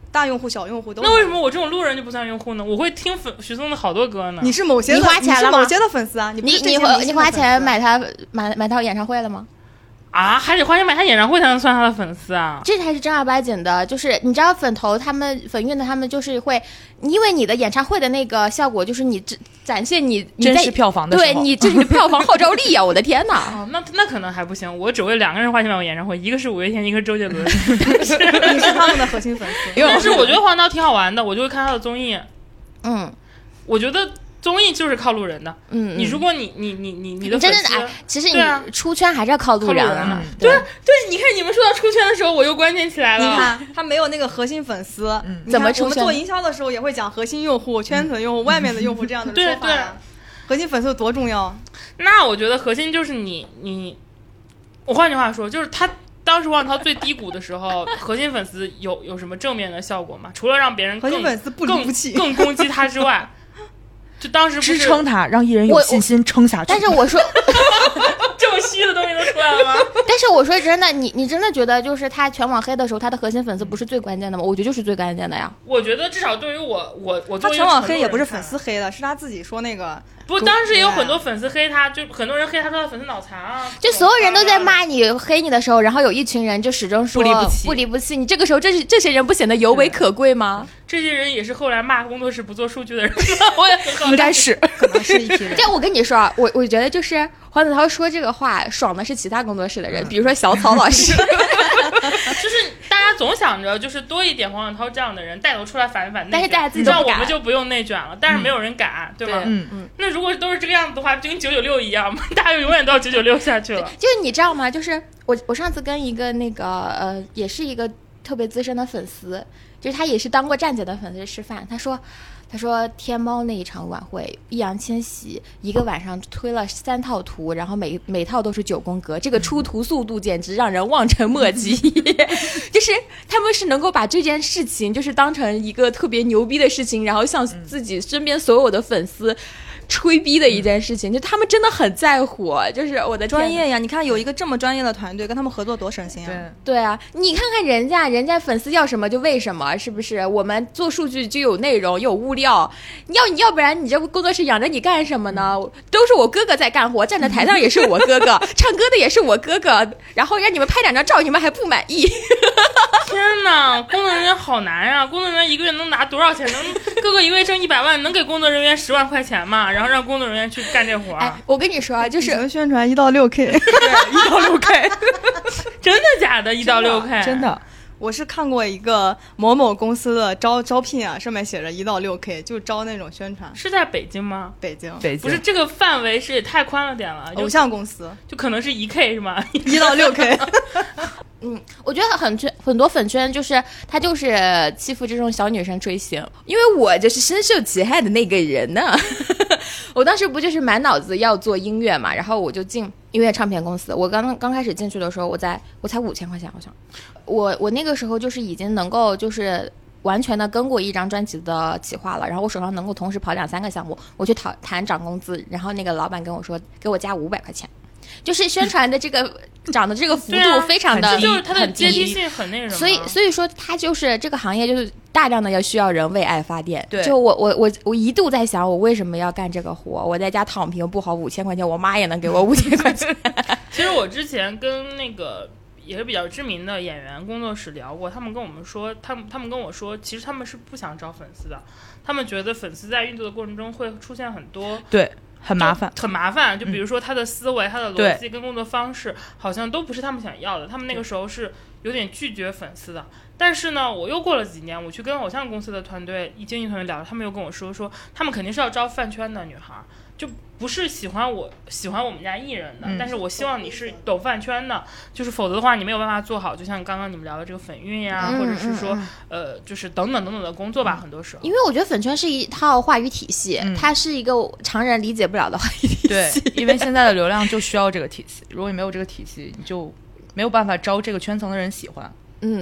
大用户、小用户都。 那为什么我这种路人就不算用户呢？我会听许嵩的好多歌呢。 你是某些的， 你花钱了吗？ 你是某些的粉丝啊， 你花钱买他演唱会了吗？ 啊，还得花钱买他演唱会才能算他的粉丝啊？ 这才是正儿八经的，就是你知道粉头他们粉运的他们就是会，因为你的演唱会的那个效果就是你展现你真实票房的时候， 对你这是票房号召力啊！我的天哪！ 哦，那可能还不行，我只为2个人花钱买我演唱会，一个是五月天，一个是周杰伦。 你是他们的核心粉丝。 但是我觉得黄涛挺好玩的，我就会看他的综艺。我觉得。综艺就是靠路人的，你如果你的粉丝， 真的其实你出圈还是要靠路人的嘛。 对，你看你们说到出圈的时候，我又关键起来了。 你看他没有那个核心粉丝， 怎么出圈？ 我们做营销的时候也会讲核心用户、圈层用户、外面的用户这样的说法。对，核心粉丝有多重要？ 那我觉得核心就是你，我换句话说，就是他。当时王涛最低谷的时候，核心粉丝有什么正面的效果吗？除了让别人核心粉丝不离不弃， 更攻击他之外。就当时不是支撑他，让艺人有信心撑下去。 但是我说， 这么虚的东西都出来了吗？ 但是我说真的，你真的觉得就是他全网黑的时候，他的核心粉丝不是最关键的吗？我觉得就是最关键的呀。 我觉得至少对于我他全网黑也不是粉丝黑的，是他自己说那个。 不，当时也有很多粉丝黑他，就很多人黑他说他粉丝脑残啊。 就所有人都在骂你黑你的时候，然后有一群人就始终说不离不弃。你这个时候这些人不显得尤为可贵吗？ 这些人也是后来骂工作室不做数据的人，我也很好， 应该是可能是一批人。 这我跟你说，我觉得就是黄子韬说这个话爽的是其他工作室的人，比如说小草老师。 就是大家总想着就是多一点黄子韬这样的人带头出来反一反内卷， 但是大家自己都不敢， 这样我们就不用内卷了。但是没有人敢，对吧？那如果都是这个样子的话，就跟996一样嘛，大家永远都要996下去了。 就是你知道吗？就是我上次跟一个那个也是一个特别资深的粉丝，就是他也是当过站姐的粉丝吃饭，他说天猫那一场晚会，易烊千玺一个晚上推了3套图，然后每套都是9宫格，这个出图速度简直让人望尘莫及。就是他们是能够把这件事情就是当成一个特别牛逼的事情，然后向自己身边所有的粉丝吹逼的一件事情，就他们真的很在乎，就是我的专业呀！你看有一个这么专业的团队跟他们合作多省心啊！ 对啊，你看看人家粉丝要什么就为什么，是不是？我们做数据就有内容有物料，你要不然你这工作室养着你干什么呢？都是我哥哥在干活，站在台上也是我哥哥，唱歌的也是我哥哥，然后让你们拍2张照，你们还不满意？ 天哪，工作人员好难呀！工作人员一个月能拿多少钱？能各个一个月挣100万，能给工作人员10万块钱吗？然后让工作人员去干这活儿。 我跟你说，就是能宣传1到6K， 对，1到6K， 真的假的？1到6K， 真的。 我是看过一个某某公司的招聘啊，上面写着1到6K， 就招那种宣传。 是在北京吗？ 北京不是这个范围是也太宽了点了。 偶像公司就可能是1K 是吗 ？1到6K。 我觉得很多粉圈就是他就是欺负这种小女生追星，因为我就是深受其害的那个人呢。我当时不就是满脑子要做音乐嘛，然后我就进音乐唱片公司。我刚开始进去的时候，我才5000块钱好像。我那个时候就是已经能够就是完全的跟过一张专辑的企划了，然后我手上能够同时跑2-3个项目，我去谈涨工资，然后那个老板跟我说给我加500块钱。就是宣传的这个涨的这个幅度非常的低， 就是它的阶梯性很那什么， 所以说它就是这个行业就是大量的要需要人为爱发电。 对， 就我一度在想，我为什么要干这个活？我在家躺平不好5000块钱，我妈也能给我5000块钱。 其实我之前跟那个也是比较知名的演员工作室聊过，他们跟我们说，他们跟我说，其实他们是不想招粉丝的，他们觉得粉丝在运作的过程中会出现很多对。很麻烦，就比如说他的思维、他的逻辑跟工作方式，好像都不是他们想要的。他们那个时候是有点拒绝粉丝的。但是呢，我又过了几年，我去跟偶像公司的团队、经纪团队聊，他们又跟我说，他们肯定是要招饭圈的女孩，就不是喜欢我们家艺人的，但是我希望你是懂饭圈的，就是否则的话你没有办法做好，就像刚刚你们聊的这个粉运呀，或者是说就是等等的工作吧，很多时候。 因为我觉得粉圈是一套话语体系，它是一个常人理解不了的话语体系。 对，因为现在的流量就需要这个体系，如果你没有这个体系，你就没有办法招这个圈层的人喜欢。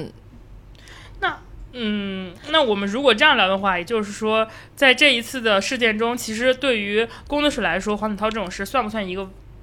那我们如果这样聊的话，也就是说，在这一次的事件中，其实对于工作室来说，黄子韬这种事算不算一个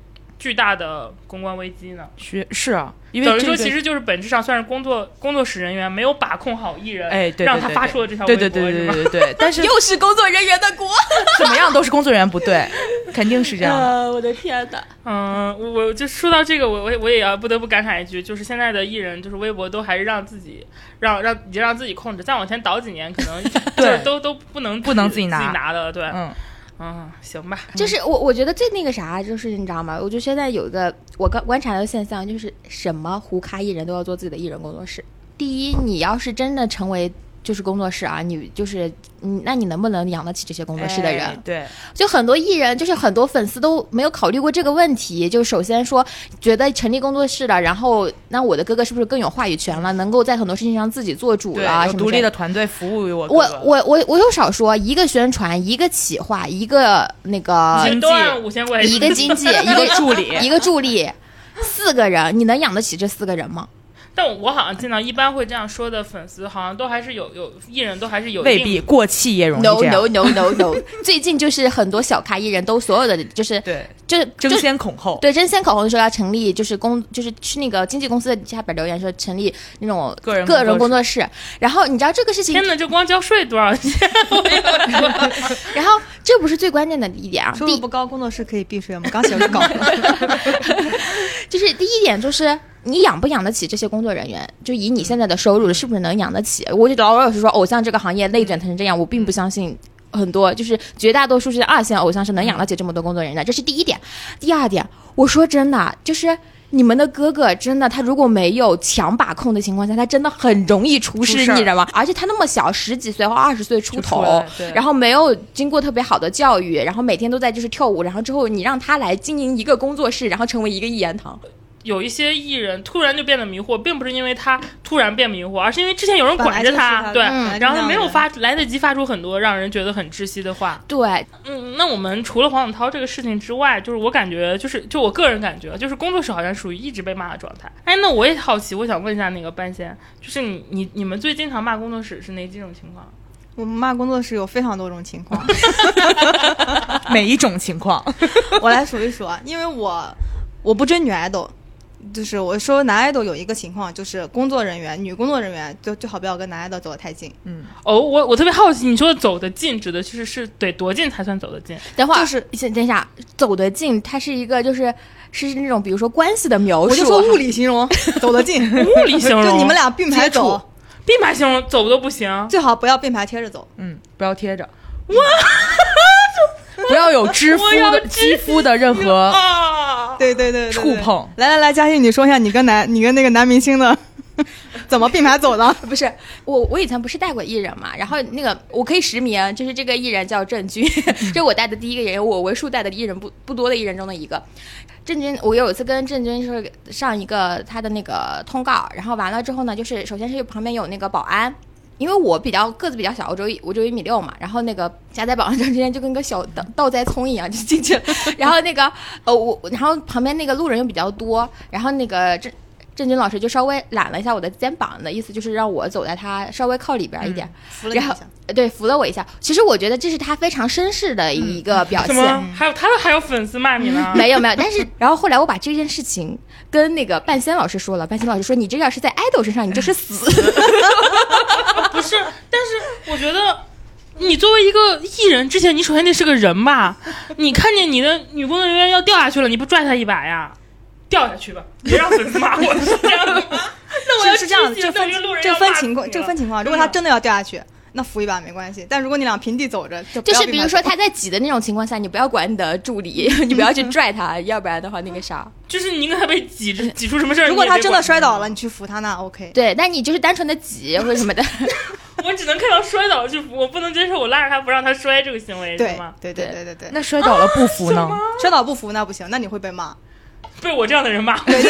巨大的公关危机呢？ 是啊，因为等于说其实就是本质上算是工作室人员没有把控好艺人， 对， 让他发出了这条微博， 对，但是又是工作人员的锅， 怎么样都是工作人员不对，肯定是这样的。 我的天哪！ 我就说到这个，我也要不得不感慨一句，就是现在的艺人就是微博都还是让自己已经让自己控制，再往前倒几年可能就是都不能自己拿的，对，行吧。 就是我觉得最那个啥，就是你知道吗？我觉得现在有一个我观察到的现象，就是什么胡咖艺人都要做自己的艺人工作室。第一，你要是真的成为就是工作室啊，你就是那你能不能养得起这些工作室的人？ 对， 就很多艺人，就是很多粉丝都没有考虑过这个问题。就首先说，觉得成立工作室了，然后那我的哥哥是不是更有话语权了，能够在很多事情上自己做主了？ 有独立的团队服务于我哥哥。 我有少说一个宣传，一个企划，一个那个经济5000块钱， 一个经济，一个助理，4个人，你能养得起这4个人吗？ 但我好像见到一般会这样说的粉丝，好像都还是有艺人都还是有未必过气也容易这样。 No， 最近就是很多小咖艺人都所有的就是对， 就是争先恐后。 对，争先恐后的时候要成立就是去那个经纪公司的下边留言说成立那种个人工作室。然后你知道这个事情， 天哪，这光交税多少钱？ 然后这不是最关键的一点啊， 收入不高，工作室可以避税。我们刚写了稿了， 就是第一点就是。你养不养得起这些工作人员？就以你现在的收入，是不是能养得起？我就老是说，偶像这个行业内卷成这样，我并不相信很多，就是绝大多数是2线偶像是能养得起这么多工作人员的，这是第一点。第二点，我说真的，就是你们的哥哥真的，他如果没有强把控的情况下，他真的很容易出事，你知道吗？而且他那么小，10几岁或20岁出头，然后没有经过特别好的教育，然后每天都在就是跳舞，然后之后你让他来经营一个工作室，然后成为一个一言堂。 有一些艺人突然就变得迷惑，并不是因为他突然变迷惑，而是因为之前有人管着他，对，然后他没有来得及发出很多让人觉得很窒息的话。 对， 那我们除了黄子韬这个事情之外，就是我感觉就我个人感觉，就是工作室好像属于一直被骂的状态。哎，那我也好奇，我想问一下那个半仙，就是你们最经常骂工作室是哪几种情况？ 我们骂工作室有非常多种情况， 每一种情况我来数一数啊，因为我不追女爱豆。就是我说男爱豆有一个情况，就是女工作人员最好不要跟男爱豆走得太近。 我特别好奇，你说的走得近指的是得多近才算走得近？ 等会儿就是等一下，走得近，它是一个是那种比如说关系的描述， 我就说物理形容走得近， 物理形容就你们俩并排走， 并排形容走都不行， 最好不要并排贴着走， 不要贴着，哇。不要有肌肤的任何对触碰。 来，嘉欣，你说一下你跟那个男明星的怎么并排走的？ 不是我以前不是带过艺人嘛，然后那个我可以实名，就是这个艺人叫郑钧，这我带的第一个艺人，我为数带的艺人不多的艺人中的一个。郑钧，我有一次跟郑钧是上一个他的那个通告，然后完了之后呢，就是首先是旁边有那个保安。因为我个子比较小，我只有1.6米嘛，然后那个夹在保安证之间就跟个小倒栽葱一样就进去了，然后那个然后旁边那个路人又比较多，然后那个郑钧老师就稍微揽了一下我的肩膀的意思，就是让我走在他稍微靠里边一点，然后对扶了我一下。其实我觉得这是他非常绅士的一个表现。 什么？还有粉丝骂你呢？ 没有，但是然后后来我把这件事情跟那个半仙老师说了，半仙老师说你这要是在爱豆身上，你就是死。 不是，但是我觉得你作为一个艺人，之前你首先得是个人吧？你看见你的女工作人员要掉下去了，你不拽她一把呀？掉下去吧，别让粉丝骂我，是这样的吗？那我要是这样的，这分情况。如果他真的要掉下去，那扶一把没关系。但如果你俩平地走着， 就是比如说他在挤的那种情况下，你不要管你的助理，你不要去拽他，要不然的话那个啥。 就是你跟他被挤出什么事儿？ 如果他真的摔倒了，你去扶他那 OK。 对，但你就是单纯的挤或者什么的。 我只能看到摔倒去扶，我不能接受我拉着他不让他摔这个行为，是吗？ 对。 那摔倒了不扶呢？ 摔倒不扶那不行，那你会被骂。 被我这样的人骂， 对，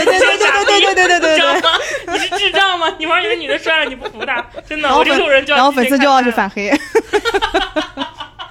你是智障吗？你玩一个女的摔了你不服她，真的，我这路人就要。 然后粉丝就要去反黑。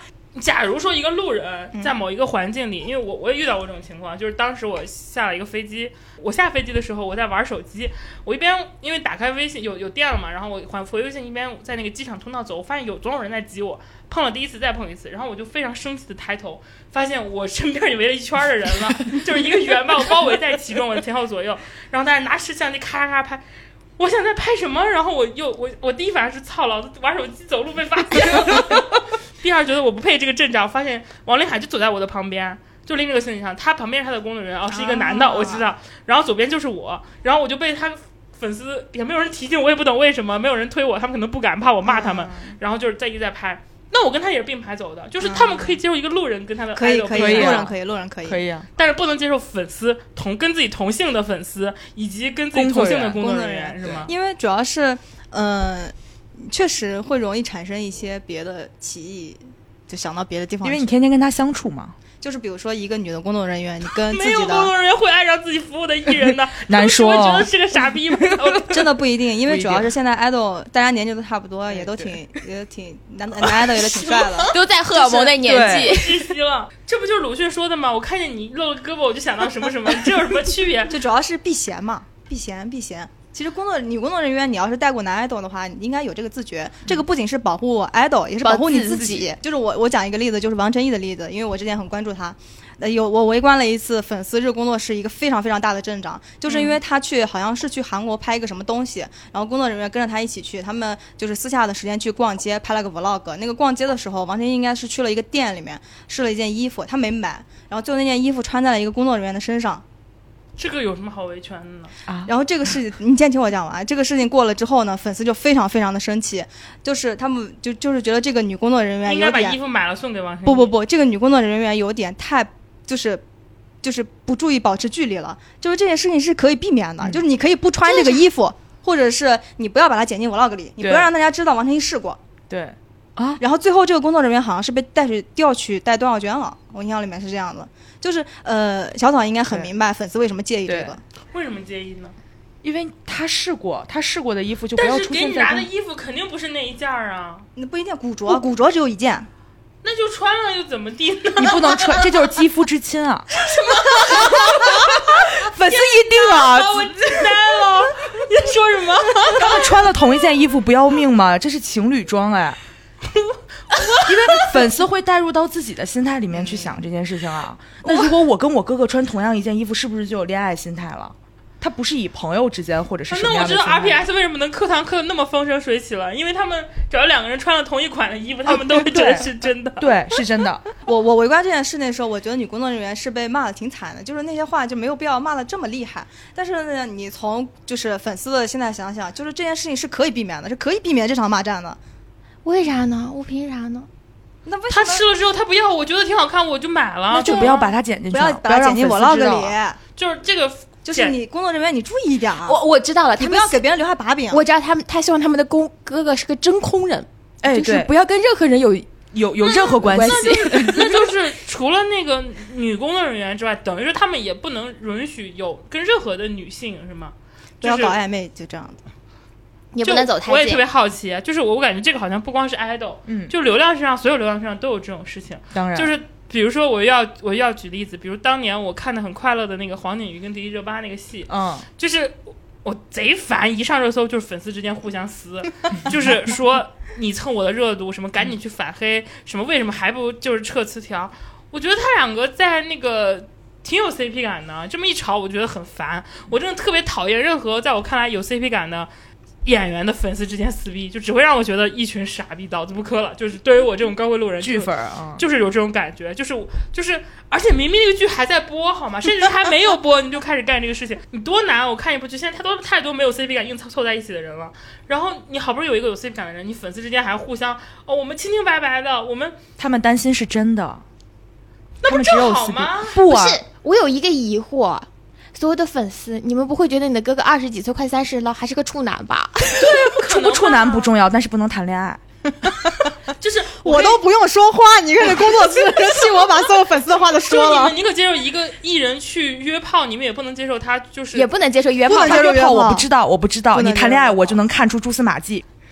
假如说一个路人在某一个环境里，因为我也遇到过这种情况，就是当时我下了一个飞机，我下飞机的时候我在玩手机，我一边因为打开微信有电了嘛，然后我回微信一边在那个机场通道走，我发现总有人在挤我，碰了第一次再碰一次，然后我就非常生气的抬头，发现我身边也围了一圈的人了，就是一个圆把我包围在其中，我的前后左右，然后大家拿摄像机咔咔拍。我想在拍什么，然后我第一反应是操，老子玩手机走路被发现了。第二觉得我不配这个镇长，发现王林海就走在我的旁边，就拎这个行李箱，他旁边是他的工作人员，是一个男的，我知道，然后左边就是我，然后我就被他粉丝也没有人提醒，我也不懂为什么没有人推我，他们可能不敢，怕我骂他们，然后就是一直在拍。那我跟他也是并排走的，就是他们可以接受一个路人跟他的 idol 可以，路人可以啊， 但是不能接受粉丝跟自己同姓的粉丝以及跟自己同姓的工作人员是吗？ 因为主要是确实会容易产生一些别的歧义，就想到别的地方去， 因为你天天跟他相处嘛。 就是比如说一个女的工作人员，你跟自己的没有工作人员会爱上自己服务的艺人的， 难说我觉得是个傻逼吗？ 真的不一定，因为主要是现在 idol 大家年纪都差不多，也都挺男 idol 也都挺帅的， 都在荷尔蒙的年纪。 窒息了，这不就是鲁迅说的吗？我看见你露了胳膊，我就想到什么什么，这有什么区别？ 就主要是避嫌嘛，避嫌。其实女工作人员，你要是带过男 idol 的话，你应该有这个自觉。这个不仅是保护 idol， 也是保护你自己。就是我讲一个例子，就是王晨毅的例子，因为我之前很关注他。我围观了一次粉丝日工作室，一个非常非常大的镇长，就是因为他好像是去韩国拍一个什么东西，然后工作人员跟着他一起去，他们就是私下的时间去逛街，拍了个 vlog。那个逛街的时候，王晨毅应该是去了一个店里面试了一件衣服，他没买，然后最后那件衣服穿在了一个工作人员的身上。 这个有什么好维权的呢？ 然后这个事情，你先听我讲完。这个事情过了之后呢，粉丝就非常非常的生气，就是他们就是觉得这个女工作人员有点应该把衣服买了送给王晨毅。 不，这个女工作人员有点太就是不注意保持距离了。就是这件事情是可以避免的，就是你可以不穿这个衣服，或者是你不要把它剪进 vlog 里，你不要让大家知道王晨毅试过。 对。 然后最后这个工作人员好像是被调去带多少捐了，我印象里面是这样的。就是小草应该很明白粉丝为什么介意这个。 为什么介意呢？ 因为他试过的衣服就不要出现在。 但是给你拿的衣服肯定不是那一件啊。 那不一定，古着只有一件。 那就穿了又怎么地呢？ 你不能穿，这就是肌肤之亲啊！什么？粉丝一定啊！ 我惊呆了！你在说什么？ 他们穿了同一件衣服不要命吗？这是情侣装哎！因为粉丝会带入到自己的心态里面去想这件事情啊。那如果我跟我哥哥穿同样一件衣服，是不是就有恋爱心态了？他不是以朋友之间或者是什么样的心态。 那我知道 RPS 为什么能课堂课的那么风生水起了，因为他们只要两个人穿了同一款的衣服，他们都会觉得是真的。 对，是真的。 我围观这件事的时候，我觉得女工作人员是被骂的挺惨的，就是那些话就没有必要骂的这么厉害。但是呢，你从就是粉丝的现在想想，就是这件事情是可以避免的，是可以避免这场骂战的。 为啥呢？我凭啥呢？ 那为什么他吃了之后他不要，我觉得挺好看，我就买了。 那就不要把它剪进去， 不要把它剪进 vlog 里。 就是这个， 就是你工作人员你注意一点啊。 我知道了， 你不要给别人留下把柄。 我知道他希望他们的哥哥是个真空人，就是对， 不要跟任何人有任何关系。 那就是除了那个女工作人员之外，等于是他们也不能允许有跟任何的女性，是吗？ 不要搞暧昧，就这样的。 也不能走太近。 我也特别好奇，就是我感觉这个好像不光是 idol，就流量身上，所有流量身上都有这种事情。 当然， 就是比如说我要举例子，比如当年我看的很快乐的那个黄景瑜跟迪丽热巴那个戏，就是我贼烦，一上热搜就是粉丝之间互相撕，就是说你蹭我的热度，什么赶紧去反黑，什么为什么还不就是撤词条？我觉得他两个在那个。挺有 CP 感的，这么一吵我觉得很烦，我真的特别讨厌任何在我看来有 CP 感的演员的粉丝之间撕逼，就只会让我觉得一群傻逼脑子不磕了，就是对于我这种高贵路人剧粉啊， 就是有这种感觉，就是而且明明那个剧还在播好吗，甚至还没有播你就开始干这个事情，你多难，我看一部剧现在太多没有 CP 感硬凑在一起的人了，然后你好不容易有一个有 CP 感的人，你粉丝之间还互相我们清清白白的， 他们担心是真的， 那不正好吗？ 不是，我有一个疑惑，所有的粉丝，你们不会觉得你的哥哥20几岁快30了，还是个处男吧？ 对，不可能。 处男不重要，但是不能谈恋爱。 就是我都不用说话，你看这工作室替我把所有粉丝的话都说了。 你可接受一个艺人去约炮，你们也不能接受他就是也不能接受约炮。 他约炮我不知道，你谈恋爱我就能看出蛛丝马迹。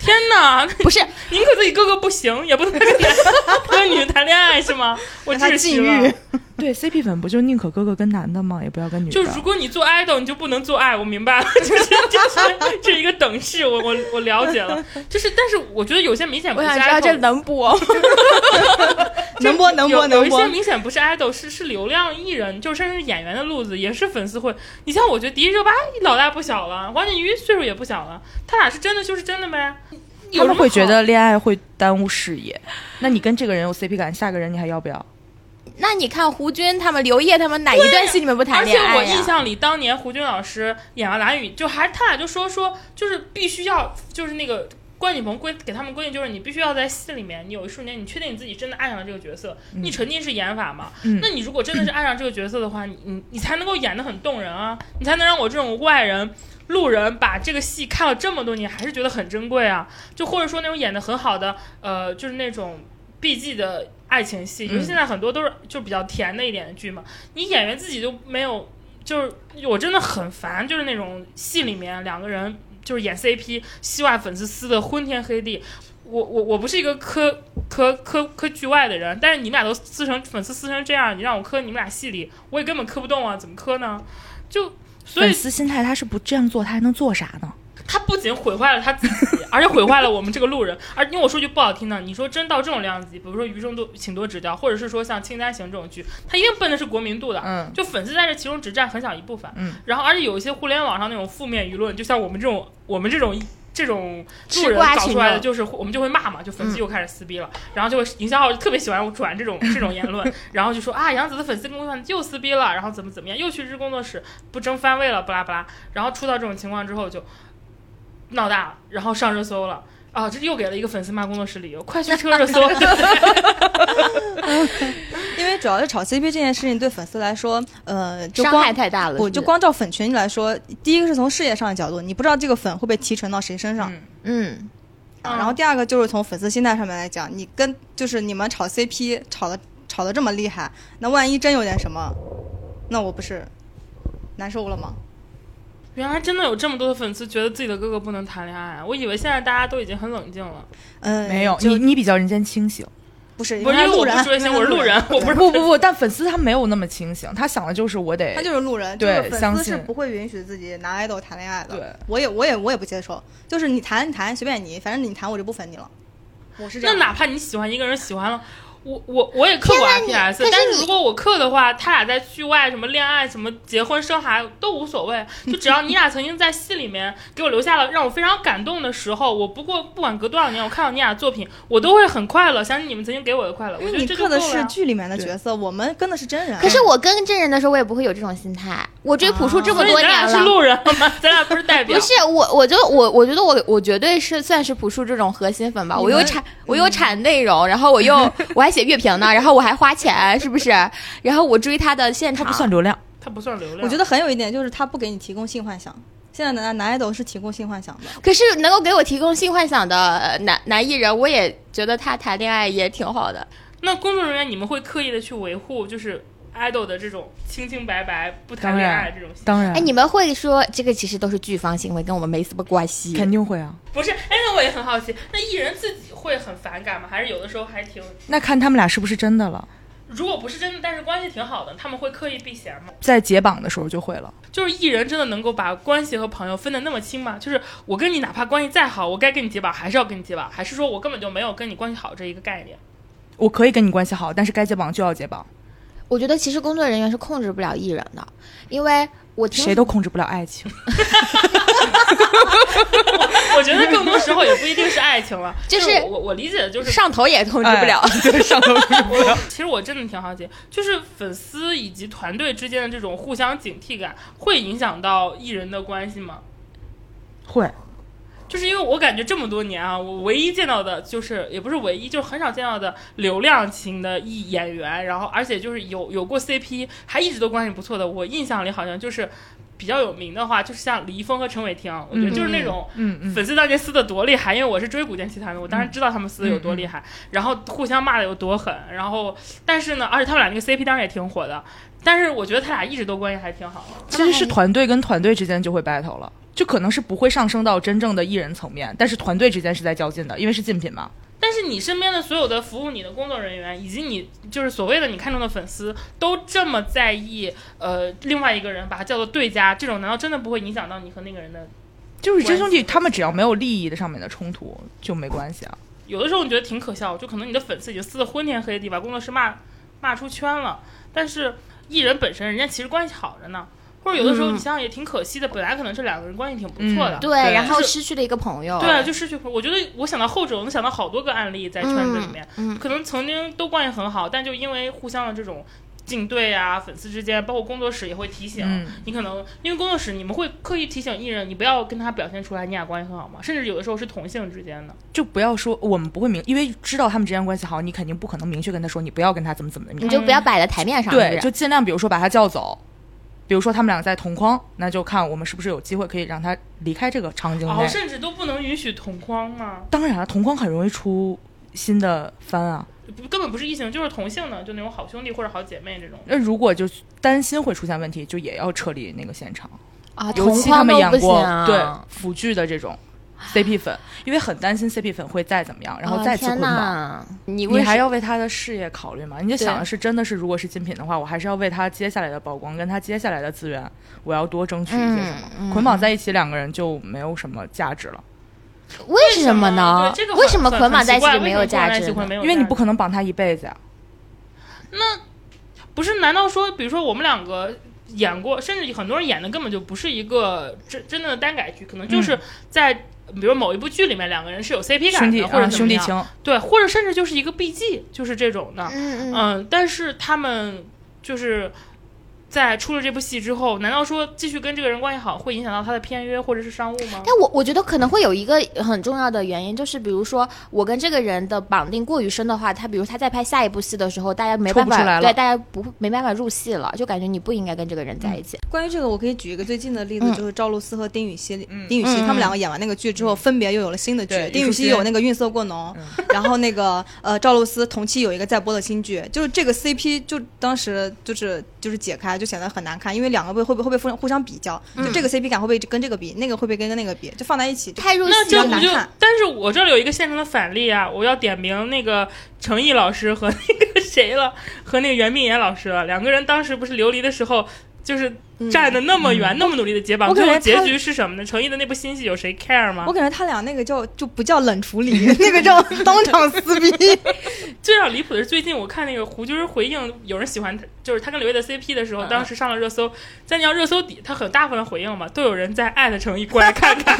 天哪， 不是， 宁可自己哥哥不行，也不能跟女人谈恋爱是吗？我他窒息了禁欲。 对 CP 粉不就宁可哥哥跟男的吗？也不要跟女的。 就如果你做 idol，你就不能做爱，我明白了，就是这一个等式，我了解了。但是我觉得有些明显不是 idol， 我想知道这能播， 能播。 有一些明显不是 idol， 是流量艺人，就甚至是演员的路子，也是粉丝会。你像我觉得迪丽热巴老大不小了，黄景瑜岁数也不小了，他俩是真的就是真的呗。 他们会觉得恋爱会耽误事业，那你跟这个人有 CP 感，下个人你还要不要？ 那你看胡军他们、刘烨他们哪一段戏你们不谈恋爱呀？ 而且我印象里，当年胡军老师演完蓝宇，他俩就说就是必须要就是那个关锦鹏给他们规定，就是你必须要在戏里面，你有一瞬间你确定你自己真的爱上了这个角色，你沉浸式演法嘛。那你如果真的是爱上这个角色的话，你才能够演得很动人啊，你才能让我这种外人路人把这个戏看了这么多年还是觉得很珍贵啊。就或者说那种演得很好的就是那种 BG 的爱情戏，因为现在很多都是就比较甜的一点的剧嘛，你演员自己都没有，就是我真的很烦，就是那种戏里面两个人就是演 CP， 戏外粉丝撕的昏天黑地。我不是一个磕剧外的人，但是你们俩都粉丝撕成这样，你让我磕你们俩戏里，我也根本磕不动啊，怎么磕呢？就所以粉丝心态他是不这样做，他还能做啥呢？ 他不仅毁坏了他自己，而且毁坏了我们这个路人。而因为我说句不好听的，你说真到这种量级，比如说余生请多指教，或者是说像清单行这种剧，他一定奔的是国民度的，就粉丝在这其中只占很小一部分，然后而且有一些互联网上那种负面舆论，就像我们这种路人搞出来的，就是我们就会骂嘛，就粉丝又开始撕逼了，然后就会营销号特别喜欢转这种言论，然后就说啊杨紫的粉丝跟工作又撕逼了，然后怎么样，又去日工作室不争番位了，不拉不拉，然后出到这种情况之后就闹大了，然后上热搜了啊！这又给了一个粉丝骂工作室理由，快去车热搜。 因为主要是炒 CP 这件事情对粉丝来说，就伤害太大了。 就光照粉群来说，第一个是从事业上的角度，你不知道这个粉会被提成到谁身上。然后第二个就是从粉丝心态上面来讲，就是你们炒 CP 炒得这么厉害，那万一真有点什么，那我不是难受了吗？ 原来真的有这么多的粉丝觉得自己的哥哥不能谈恋爱，我以为现在大家都已经很冷静了。 没有，你比较人间清醒。 不是， 因为我不是追星，我是路人，我不是不，但粉丝他没有那么清醒，他想的就是他就是路人， 对， 粉丝是不会允许自己拿爱豆谈恋爱的。 对， 我也不接受，就是你谈随便你，反正你谈我就不粉你了。我是这样。 那哪怕你喜欢一个人，喜欢了。我也刻过 FPS， 但是如果我刻的话，他俩在剧外什么恋爱、什么结婚、生孩都无所谓，就只要你俩曾经在戏里面给我留下了让我非常感动的时候，不管隔多少年，我看到你俩的作品，我都会很快乐，想起你们曾经给我的快乐。我觉得这就够了。 你刻的是剧里面的角色，我们跟的是真人。 可是我跟真人的时候，我也不会有这种心态。我追朴树这么多年了， 咱俩是路人吗？咱俩不是代表。 不是我觉得我绝对是算是朴树这种核心粉吧。我有产内容，然后我还写乐评呢，然后我还花钱，是不是？然后我追他的现场， 他不算流量， 我觉得很有一点就是他不给你提供性幻想。现在的男爱豆是提供性幻想的， 可是能够给我提供性幻想的男艺人，我也觉得他谈恋爱也挺好的。 那工作人员你们会刻意的去维护就是idol 的这种清清白白不谈恋爱这种心？ 当然。 哎，你们会说这个其实都是剧方行为，跟我们没什么关系？ 肯定会啊。 不是，那我也很好奇，那艺人自己会很反感吗？还是有的时候还挺…… 那看他们俩是不是真的了。 如果不是真的，但是关系挺好的，他们会刻意避嫌吗？ 在解绑的时候就会了。 就是艺人真的能够把关系和朋友分得那么清吗？就是我跟你哪怕关系再好，我该跟你解绑还是要跟你解绑，还是说我根本就没有跟你关系好这一个概念？ 我可以跟你关系好，但是该解绑就要解绑。 我觉得其实工作人员是控制不了艺人的，因为谁都控制不了爱情。 我觉得更多时候也不一定是爱情了， 就是我理解的就是上头也控制不了， 对，上头控制不了。 其实我真的挺好奇，就是粉丝以及团队之间的这种互相警惕感，会影响到艺人的关系吗？ 会。 就是因为我感觉这么多年啊，我唯一见到的就是也不是唯一，就是很少见到的流量型的演员，然后而且就是有过 CP 还一直都关系不错的，我印象里好像就是比较有名的话，就是像李易峰和陈伟霆，我觉得就是那种粉丝当年撕的多厉害，因为我是追古剑奇谭的，我当然知道他们撕的有多厉害，然后互相骂的有多狠，然后但是呢，而且他们俩那个 CP 当然也挺火的，但是我觉得他俩一直都关系还挺好的。 其实是团队跟团队之间就会 battle 了。 就可能是不会上升到真正的艺人层面，但是团队之间是在较劲的，因为是竞品嘛。 但是你身边的所有的服务你的工作人员，以及你就是所谓的你看中的粉丝，都这么在意另外一个人把他叫做对家，这种难道真的不会影响到你和那个人的？ 就是真兄弟，他们只要没有利益的上面的冲突就没关系啊。 有的时候你觉得挺可笑，就可能你的粉丝已经撕得昏天黑地，把工作室骂出圈了，但是艺人本身人家其实关系好着呢。或者有的时候你想想也挺可惜的，本来可能这两个人关系挺不错的， 对，然后失去了一个朋友， 对，就失去。我觉得我想到后者，我能想到好多个案例在圈子里面，可能曾经都关系很好，但就因为互相的这种竞对啊，粉丝之间，包括工作室也会提醒你，可能因为工作室你们会刻意提醒艺人，你不要跟他表现出来你俩关系很好嘛，甚至有的时候是同性之间的， 就不要说我们不会因为知道他们之间关系好，你肯定不可能明确跟他说你不要跟他怎么的， 你就不要摆在台面上， 对，就尽量比如说把他叫走。比如说他们俩在同框，那就看我们是不是有机会可以让他离开这个场景内。 甚至都不能允许同框吗？ 当然了，同框很容易出新的番啊。 根本不是异性，就是同性的，就那种好兄弟或者好姐妹这种。 那如果就担心会出现问题，就也要撤离那个现场啊。 尤其他们演过、对腐剧的这种 CP 粉，因为很担心 CP 粉会再怎么样，然后再次捆绑。你还要为他的事业考虑吗？你就想的是，真的是如果是精品的话，我还是要为他接下来的曝光跟他接下来的资源，我要多争取一些什么。捆绑在一起，两个人就没有什么价值了。 为什么呢？为什么捆绑在一起就没有价值？ 因为你不可能绑他一辈子呀。 那不是？难道说，比如说我们两个演过，甚至很多人演的根本就不是一个真正的单改剧，可能就是在比如某一部剧里面两个人是有 CP 感的，或者兄弟情， 对，或者甚至就是一个 BG， 就是这种的。但是他们就是在出了这部戏之后，难道说继续跟这个人关系好会影响到他的片约或者是商务吗？ 但我觉得可能会有一个很重要的原因，就是比如说我跟这个人的绑定过于深的话，比如他在拍下一部戏的时候，大家没办法，对，大家没办法入戏了，就感觉你不应该跟这个人在一起。 关于这个，我可以举一个最近的例子，就是赵露思和丁禹兮，他们两个演完那个剧之后，分别又有了新的剧。丁禹兮有那个晕色过浓，然后那个赵露思同期有一个在播的新剧，就是这个 CP 就当时就是解开就显得很难看，因为两个会不会互相比较，就这个 CP 感会不会跟这个比，那个会不会跟那个比，就放在一起太入戏了，难看。但是我这里有一个现成的反例啊，我要点名那个程毅老师和那个谁了，和那个袁碧妍老师了，两个人当时不是流离的时候就是站得那么远，那么努力的解绑，最后结局是什么呢？程毅的那部新戏有谁 care 吗？ 我感觉他俩那个就不叫冷处理，那个叫当场撕逼。 最让离谱的是，最近我看那个胡军回应有人喜欢他，就是他跟刘烨的 CP 的时候，当时上了热搜，在那热搜底，他很大方的回应嘛，都有人在艾特程毅过来看看。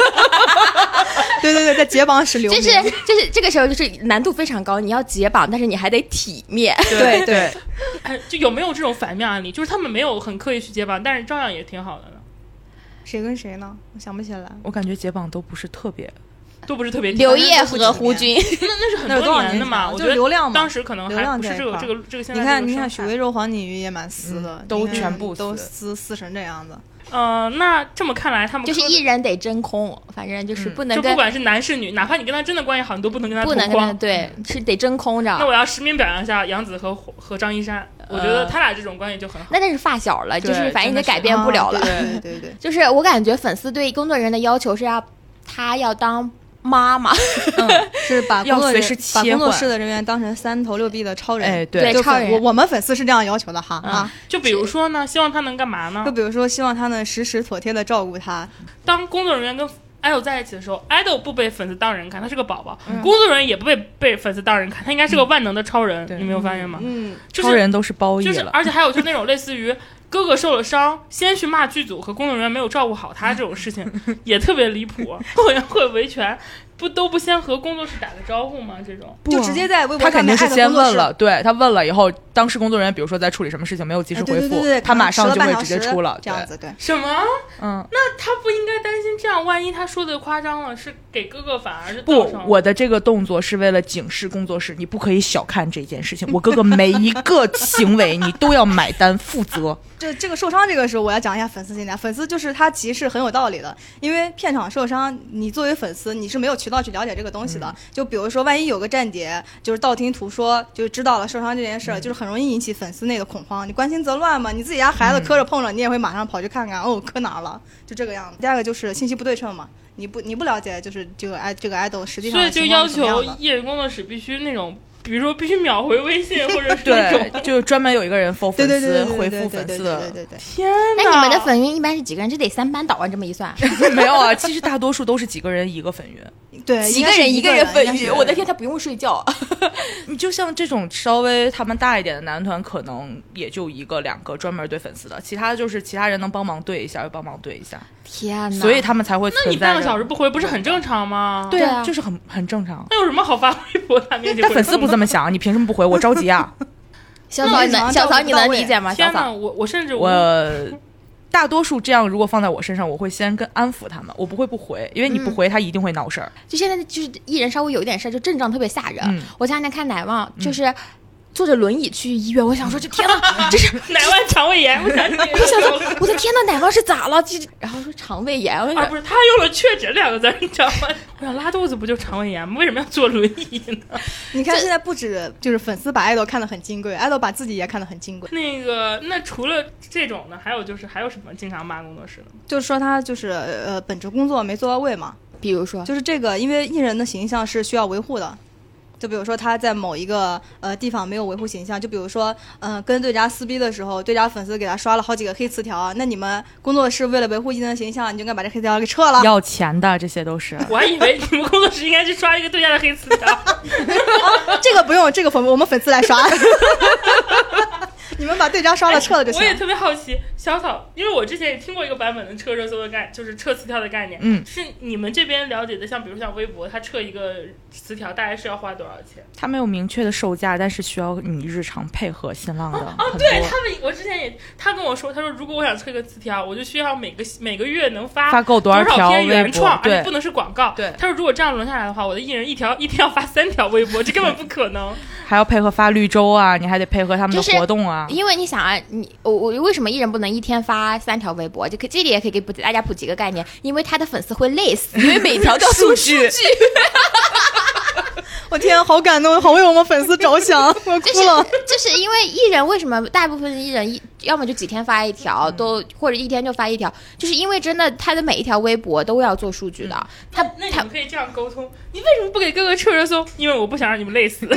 对，在解绑时留名， 就是这个时候就是难度非常高，你要解绑，但是你还得体面。 对。 就有没有这种反面案例？就是他们没有很刻意去解绑，但是照样也挺好的呢。 谁跟谁呢？我想不起来。 我感觉解绑都不是特别刘烨和胡军， 那是很多年的嘛。我觉得流量当时可能还不是这个现在。你看许魏洲、黄景瑜也蛮撕的， 都全部都撕成这样子。 那这么看来，他们就是艺人得真空，反正就是不能跟， 就不管是男是女，哪怕你跟他真的关系好，你都不能跟他不能跟他，对，是得真空着。 那我要实名表扬一下杨紫和张一山，我觉得他俩这种关系就很好。 那是发小了，就是反正你改变不了了。 对， 就是我感觉粉丝对工作人员的要求是他要当妈妈， 是把工作室的人员当成3头6臂的超人。 哎，对， 超人。 我们粉丝是这样要求的哈。 就比如说呢，希望他能干嘛呢？ 就比如说，希望他能时时妥帖的照顾他。 当工作人员跟idol 在一起的时候，idol 不被粉丝当人看，他是个宝宝；工作人员也不被粉丝当人看，他应该是个万能的超人。你没有发现吗？ 超人都是褒义了。 就是，而且还有就那种类似于哥哥受了伤，先去骂剧组和工作人员没有照顾好他这种事情，也特别离谱。后援会维权都不先和工作室打个招呼吗？这种就直接在微博他肯定是先问了，对，他问了以后，当时工作人员比如说在处理什么事情没有及时回复，他马上就会直接出了， 这样子。对， 什么？那他不应该担心这样，万一他说的夸张了，是给哥哥反而是不？我的这个动作是为了警示工作室，你不可以小看这件事情，我哥哥每一个行为你都要买单负责。 这个受伤这个时候，我要讲一下粉丝心态。粉丝就是他其实是很有道理的，因为片场受伤，你作为粉丝你是没有渠道去了解这个东西的。就比如说，万一有个站姐就是道听途说，就知道了受伤这件事，就是很容易引起粉丝内的恐慌。你关心则乱嘛，你自己家孩子磕着碰着，你也会马上跑去看看，磕哪了，就这个样子。第二个就是信息不对称嘛，你不了解就是这个idol实际上所以就要求艺人工作室必须那种。比如说必须秒回微信，或者是对，就专门有一个人 for 粉丝回复粉丝的。 对， 天哪！ 那你们的粉运一般是几个人？这得3班倒啊！这么一算， 没有啊，其实大多数都是几个人一个粉运。 对， 几个人一个人粉运，我的天，他不用睡觉。 你就像这种稍微他们大一点的男团，可能也就1个2个专门对粉丝的，其他的就是其他人能帮忙对一下就帮忙对一下。 天哪！ 所以他们才会存在。 那你半个小时不回，不是很正常吗？ 对啊，就是很正常。 那有什么好发微博他面前？ 但粉丝不这么想，你凭什么不回？我着急啊！ 小草你能理解吗？ 天哪，我甚至大多数这样，如果放在我身上，我会先安抚他们，我不会不回，因为你不回，他一定会闹事儿。 就现在就是艺人稍微有一点事儿，就阵仗特别吓人。我前两天看奶旺，就是坐着轮椅去医院，我想说，这天哪，这是奶旺肠胃炎，我想说， 我的天哪，奶旺是咋了？然后说肠胃炎， 不是他用了确诊2个字，你知道吗？我想拉肚子不就肠胃炎吗？为什么要坐轮椅呢？ 你看现在不止就是粉丝把爱豆看得很金贵，爱豆把自己也看得很金贵。 那除了这种呢，还有什么经常骂工作室的？ 就是说他就是本职工作没做到位嘛。 比如说， 就是这个，因为艺人的形象是需要维护的。就比如说他在某一个地方没有维护形象，就比如说跟对家撕逼的时候，对家粉丝给他刷了好几个黑词条，那你们工作室为了维护艺人的形象，你就应该把这黑词条给撤了。 要钱的这些都是。 我还以为你们工作室应该去刷一个对家的黑词条。 这个不用，这个我们粉丝来刷。你们把对家刷了撤了就行。 我也特别好奇，小草，因为我之前也听过一个版本的撤热搜的就是撤词条的概念。是你们这边了解的，像比如像微博，它撤一个词条大概是要花多少钱？ 它没有明确的售价，但是需要你日常配合新浪的。 对他们，我之前他跟我说，他说如果我想撤一个词条，我就需要每个月能发够多少篇原创， 而且不能是广告。 对， 他说如果这样轮下来的话，我的艺人一天要发3条微博，这根本不可能。 还要配合发绿洲啊，你还得配合他们的活动啊。 因为你想啊，我为什么艺人不能一天发3条微博？这里也可以给大家普及个概念，因为他的粉丝会累死，因为每条都要数据。 我天，好感动，好为我们粉丝着想，我哭了。 就是因为艺人为什么大部分艺人要么就几天发1条，或者一天就发1条，就是因为真的他的每一条微博都要做数据的。 那你们可以这样沟通，你为什么不给哥哥撤热搜？因为我不想让你们累死。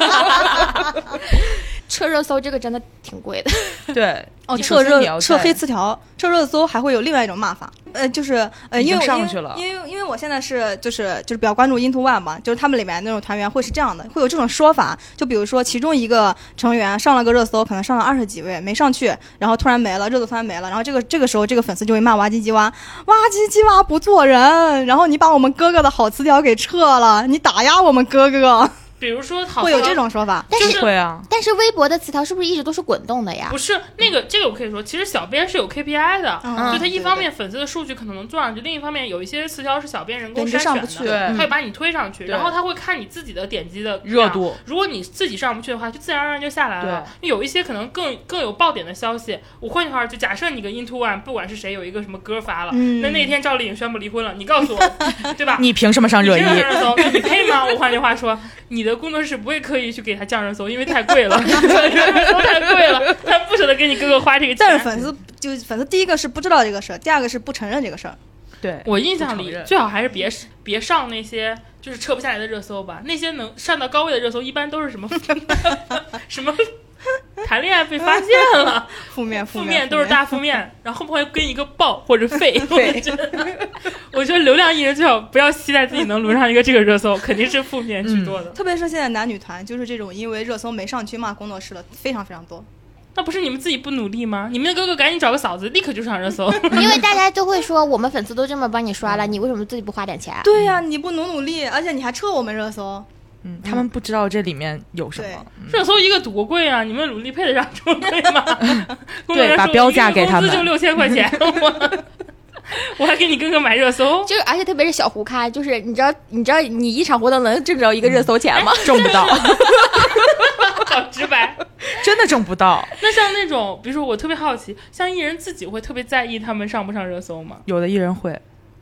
撤热搜这个真的挺贵的。 对。 撤黑词条，撤热搜还会有另外一种骂法，就是因为我现在是就是比较关注 Into One 嘛，就是他们里面那种团员会是这样的，会有这种说法，就比如说其中一个成员上了个热搜，可能上了20几位没上去，然后突然没了，热搜突然没了，然后这个时候这个粉丝就会骂哇唧唧哇不做人，然后你把我们哥哥的好词条给撤了，你打压我们哥哥。 比如说会有这种说法， 但是微博的词条是不是一直都是滚动的呀？ 不是，这个我可以说，其实小编是有 KPI 的，就他一方面粉丝的数据可能能做上去，另一方面有一些词条是小编人工筛选的，他会把你推上去，然后他会看你自己的点击的热度， 如果你自己上不去的话，就自然而然就下来了。有一些可能更有爆点的消息，我换句话就假设你个 Into One 不管是谁有一个什么歌发了，那天赵丽颖宣布离婚了，你告诉我，对吧？ 你凭什么上热议？ 你配吗？我换句话说，你的工作室不会刻意去给他降热搜，因为太贵了，太贵了，他不舍得给你哥哥花这个钱。 但是粉丝第一个是不知道这个事儿，第二个是不承认这个事儿。 对， 我印象里最好还是别上那些就是撤不下来的热搜吧，那些能上到高位的热搜一般都是什么什么谈恋爱被发现了，负面都是大负面，然后会跟一个爆或者废。我觉得流量艺人最好不要期待自己能轮上一个这个热搜，肯定是负面居多的。 特别是现在男女团，就是这种因为热搜没上去骂工作室的非常非常多。 那不是你们自己不努力吗？你们的哥哥赶紧找个嫂子，立刻就上热搜。 因为大家都会说，我们粉丝都这么帮你刷了，你为什么自己不花点钱？ 对呀，你不努力，而且你还撤我们热搜。 他们不知道这里面有什么。 热搜一个多贵啊！你们努力配得上这么贵吗？ 对，把标价给他们， 工资就6000块钱。我还给你哥哥买热搜， 就是而且特别是小胡咖，就是你知道你一场活动能挣着一个热搜钱吗？ 挣不到。 好直白， 真的挣不到。 那像那种，比如说我特别好奇，像艺人自己会特别在意他们上不上热搜吗？ 有的艺人会。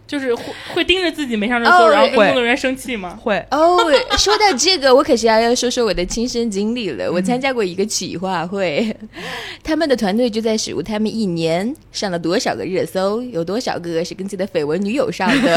就是会盯着自己没上热搜，然后跟工作人员生气吗？ 会哦，说到这个，我可是要说说我的亲身经历了。我参加过一个企划会，他们的团队就在数他们一年上了多少个热搜，有多少个是跟自己的绯闻女友上的。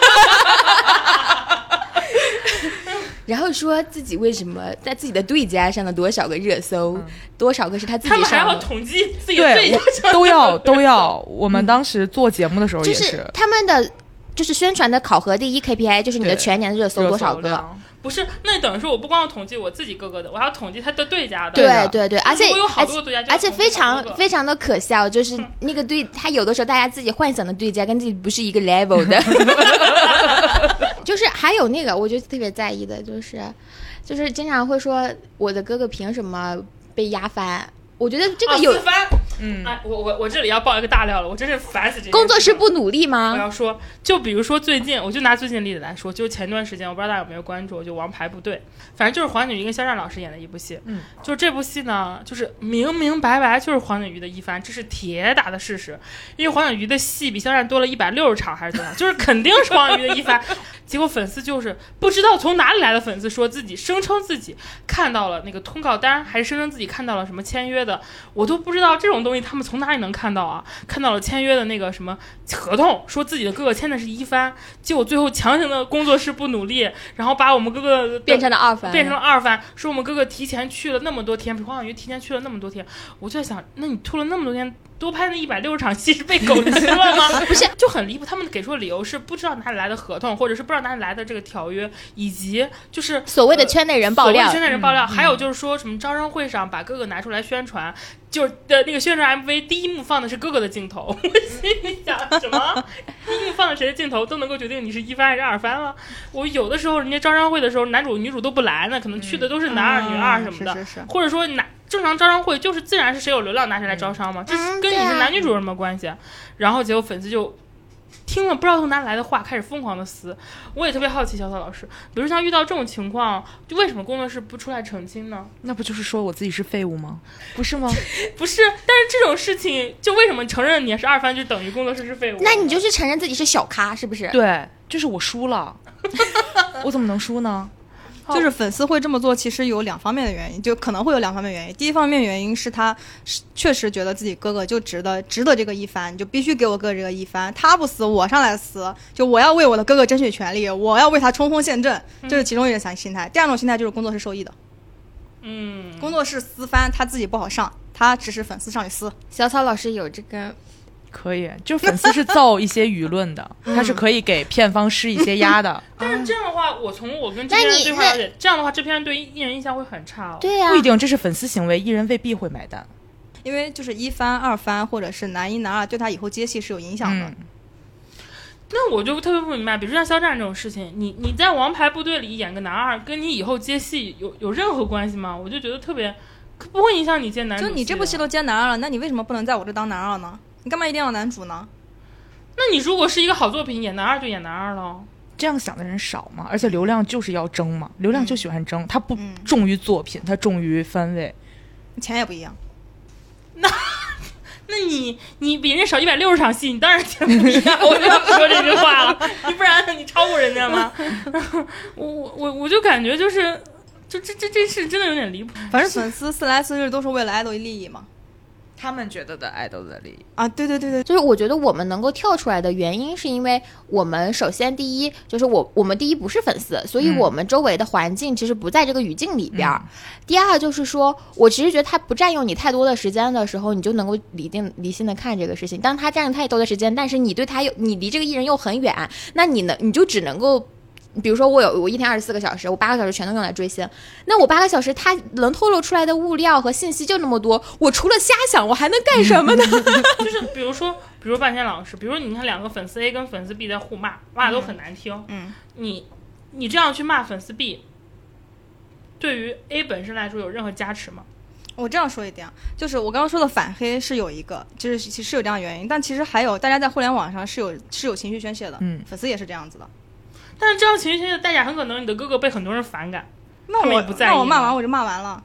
然后说自己为什么在自己的对家上了多少个热搜，多少个是他自己上的。 他们还要统计自己的对家上的都要。我们当时做节目的时候也就是他们的就是宣传的考核第一 KPI 就是你的全年的热搜多少个。 不是，那等于说我不光要统计我自己哥哥的，我还要统计他的对家的。 对对对，而且我有好多个对家， 而且非常的可笑，就是那个对他有的时候大家自己幻想的对家跟自己不是一个 level 的。就是还有那个我就特别在意的就是经常会说我的哥哥凭什么被压翻。我觉得这个有私翻，哎，我这里要爆一个大料了，我真是烦死这件事。 工作室不努力吗？ 我要说，就比如说最近，我就拿最近的例子来说，就前段时间，我不知道大家有没有关注，就《王牌部队》，反正就是黄景瑜跟肖战老师演的一部戏。就这部戏呢，就是明明白白就是黄景瑜的一番，这是铁打的事实，因为黄景瑜的戏比肖战多了160场还是多少，就是肯定是黄景瑜的一番。结果粉丝就是不知道从哪里来的粉丝说自己声称自己看到了那个通告单，还是声称自己看到了什么签约的。我都不知道这种东西他们从哪里能看到啊？看到了签约的那个什么合同，说自己的哥哥签的是一番，结果最后强行的工作室不努力，然后把我们哥哥变成了二番， 说我们哥哥提前去了那么多天，比黄晓瑜提前去了那么多天。我就在想，那你拖了那么多天，多拍那160场戏是被狗吃了吗？不是，就很离谱。他们给出的理由是不知道哪里来的合同，或者是不知道哪里来的这个条约，以及就是所谓的圈内人爆料， 还有就是说什么招商会上把哥哥拿出来宣传，就是的那个宣传 MV 第一幕放的是哥哥的镜头。我心里想什么？第一幕放的谁的镜头都能够决定你是一番还是二番了。我有的时候人家招商会的时候，男主女主都不来呢，可能去的都是男二女二什么的，或者说正常招商会就是自然是谁有流量拿谁来招商嘛，这是跟你是男女主有什么关系？然后结果粉丝就听了不知道从哪里来的话，开始疯狂的撕。我也特别好奇小草老师，比如像遇到这种情况，就为什么工作室不出来澄清呢？ 那不就是说我自己是废物吗？不是吗？ 不是，但是这种事情就为什么承认你是二番就等于工作室是废物？ 那你就是承认自己是小咖是不是？ 对，就是我输了。我怎么能输呢？ 就是粉丝会这么做，其实有2方面的原因，就可能会有2方面原因。第一方面原因是他确实觉得自己哥哥就值得这个一番，就必须给我哥这个一番，他不死我上来死，就我要为我的哥哥争取权利，我要为他冲锋陷阵，这是其中一种心态。第二种心态就是工作室受益的，工作室撕番他自己不好上，他只是粉丝上去撕。 小草老师有这个。 可以，就粉丝是造一些舆论的，他是可以给片方施一些压的。 但是这样的话，我跟这篇人对话了解，这样的话，这篇人对艺人印象会很差哦。 对呀， 不一定，这是粉丝行为，艺人未必会买单。 因为就是一番、二番，或者是男一、男二，对他以后接戏是有影响的。 那我就特别不明白，比如像肖战这种事情，你在《王牌部队》里演个男二，跟你以后接戏有任何关系吗？我就觉得特别不会影响你接男主。 就你这部戏都接男二了，那你为什么不能在我这当男二呢？你干嘛一定要男主呢？ 那你如果是一个好作品，演男二就演男二了。 这样想的人少嘛，而且流量就是要争嘛，流量就喜欢争，他不重于作品，他重于番位， 钱也不一样。 那你比人家少160场戏，你当然钱不一样。我就要说这句话了，你不然你超过人家吗？我就感觉就是这事真的有点离谱。 反正粉丝4来4去都是为了爱豆利益嘛。 他们觉得的爱豆的利益啊，对， 就是我觉得我们能够跳出来的原因，是因为我们首先第一就是我们第一不是粉丝，所以我们周围的环境其实不在这个语境里边。第二就是说，我其实觉得他不占用你太多的时间的时候，你就能够理性的看这个事情。当他占用太多的时间，但是你对他你离这个艺人又很远，那你就只能够。比如说我一天24个小时，我8个小时全都用来追星，那我8个小时它能透露出来的物料和信息就那么多，我除了瞎想我还能干什么呢？ 就是比如半仙老师，比如你看2个粉丝 A 跟粉丝 B 在互骂都很难听，你这样去骂粉丝 B， 对于 A 本身来说有任何加持吗？ 我这样说一点，就是我刚刚说的反黑是有一个，就是其实有这样的原因，但其实还有大家在互联网上是有情绪宣泄的，粉丝也是这样子的。 但是这样情绪宣泄的代价很可能你的哥哥被很多人反感，他们也不在意。 那我骂完我就骂完了。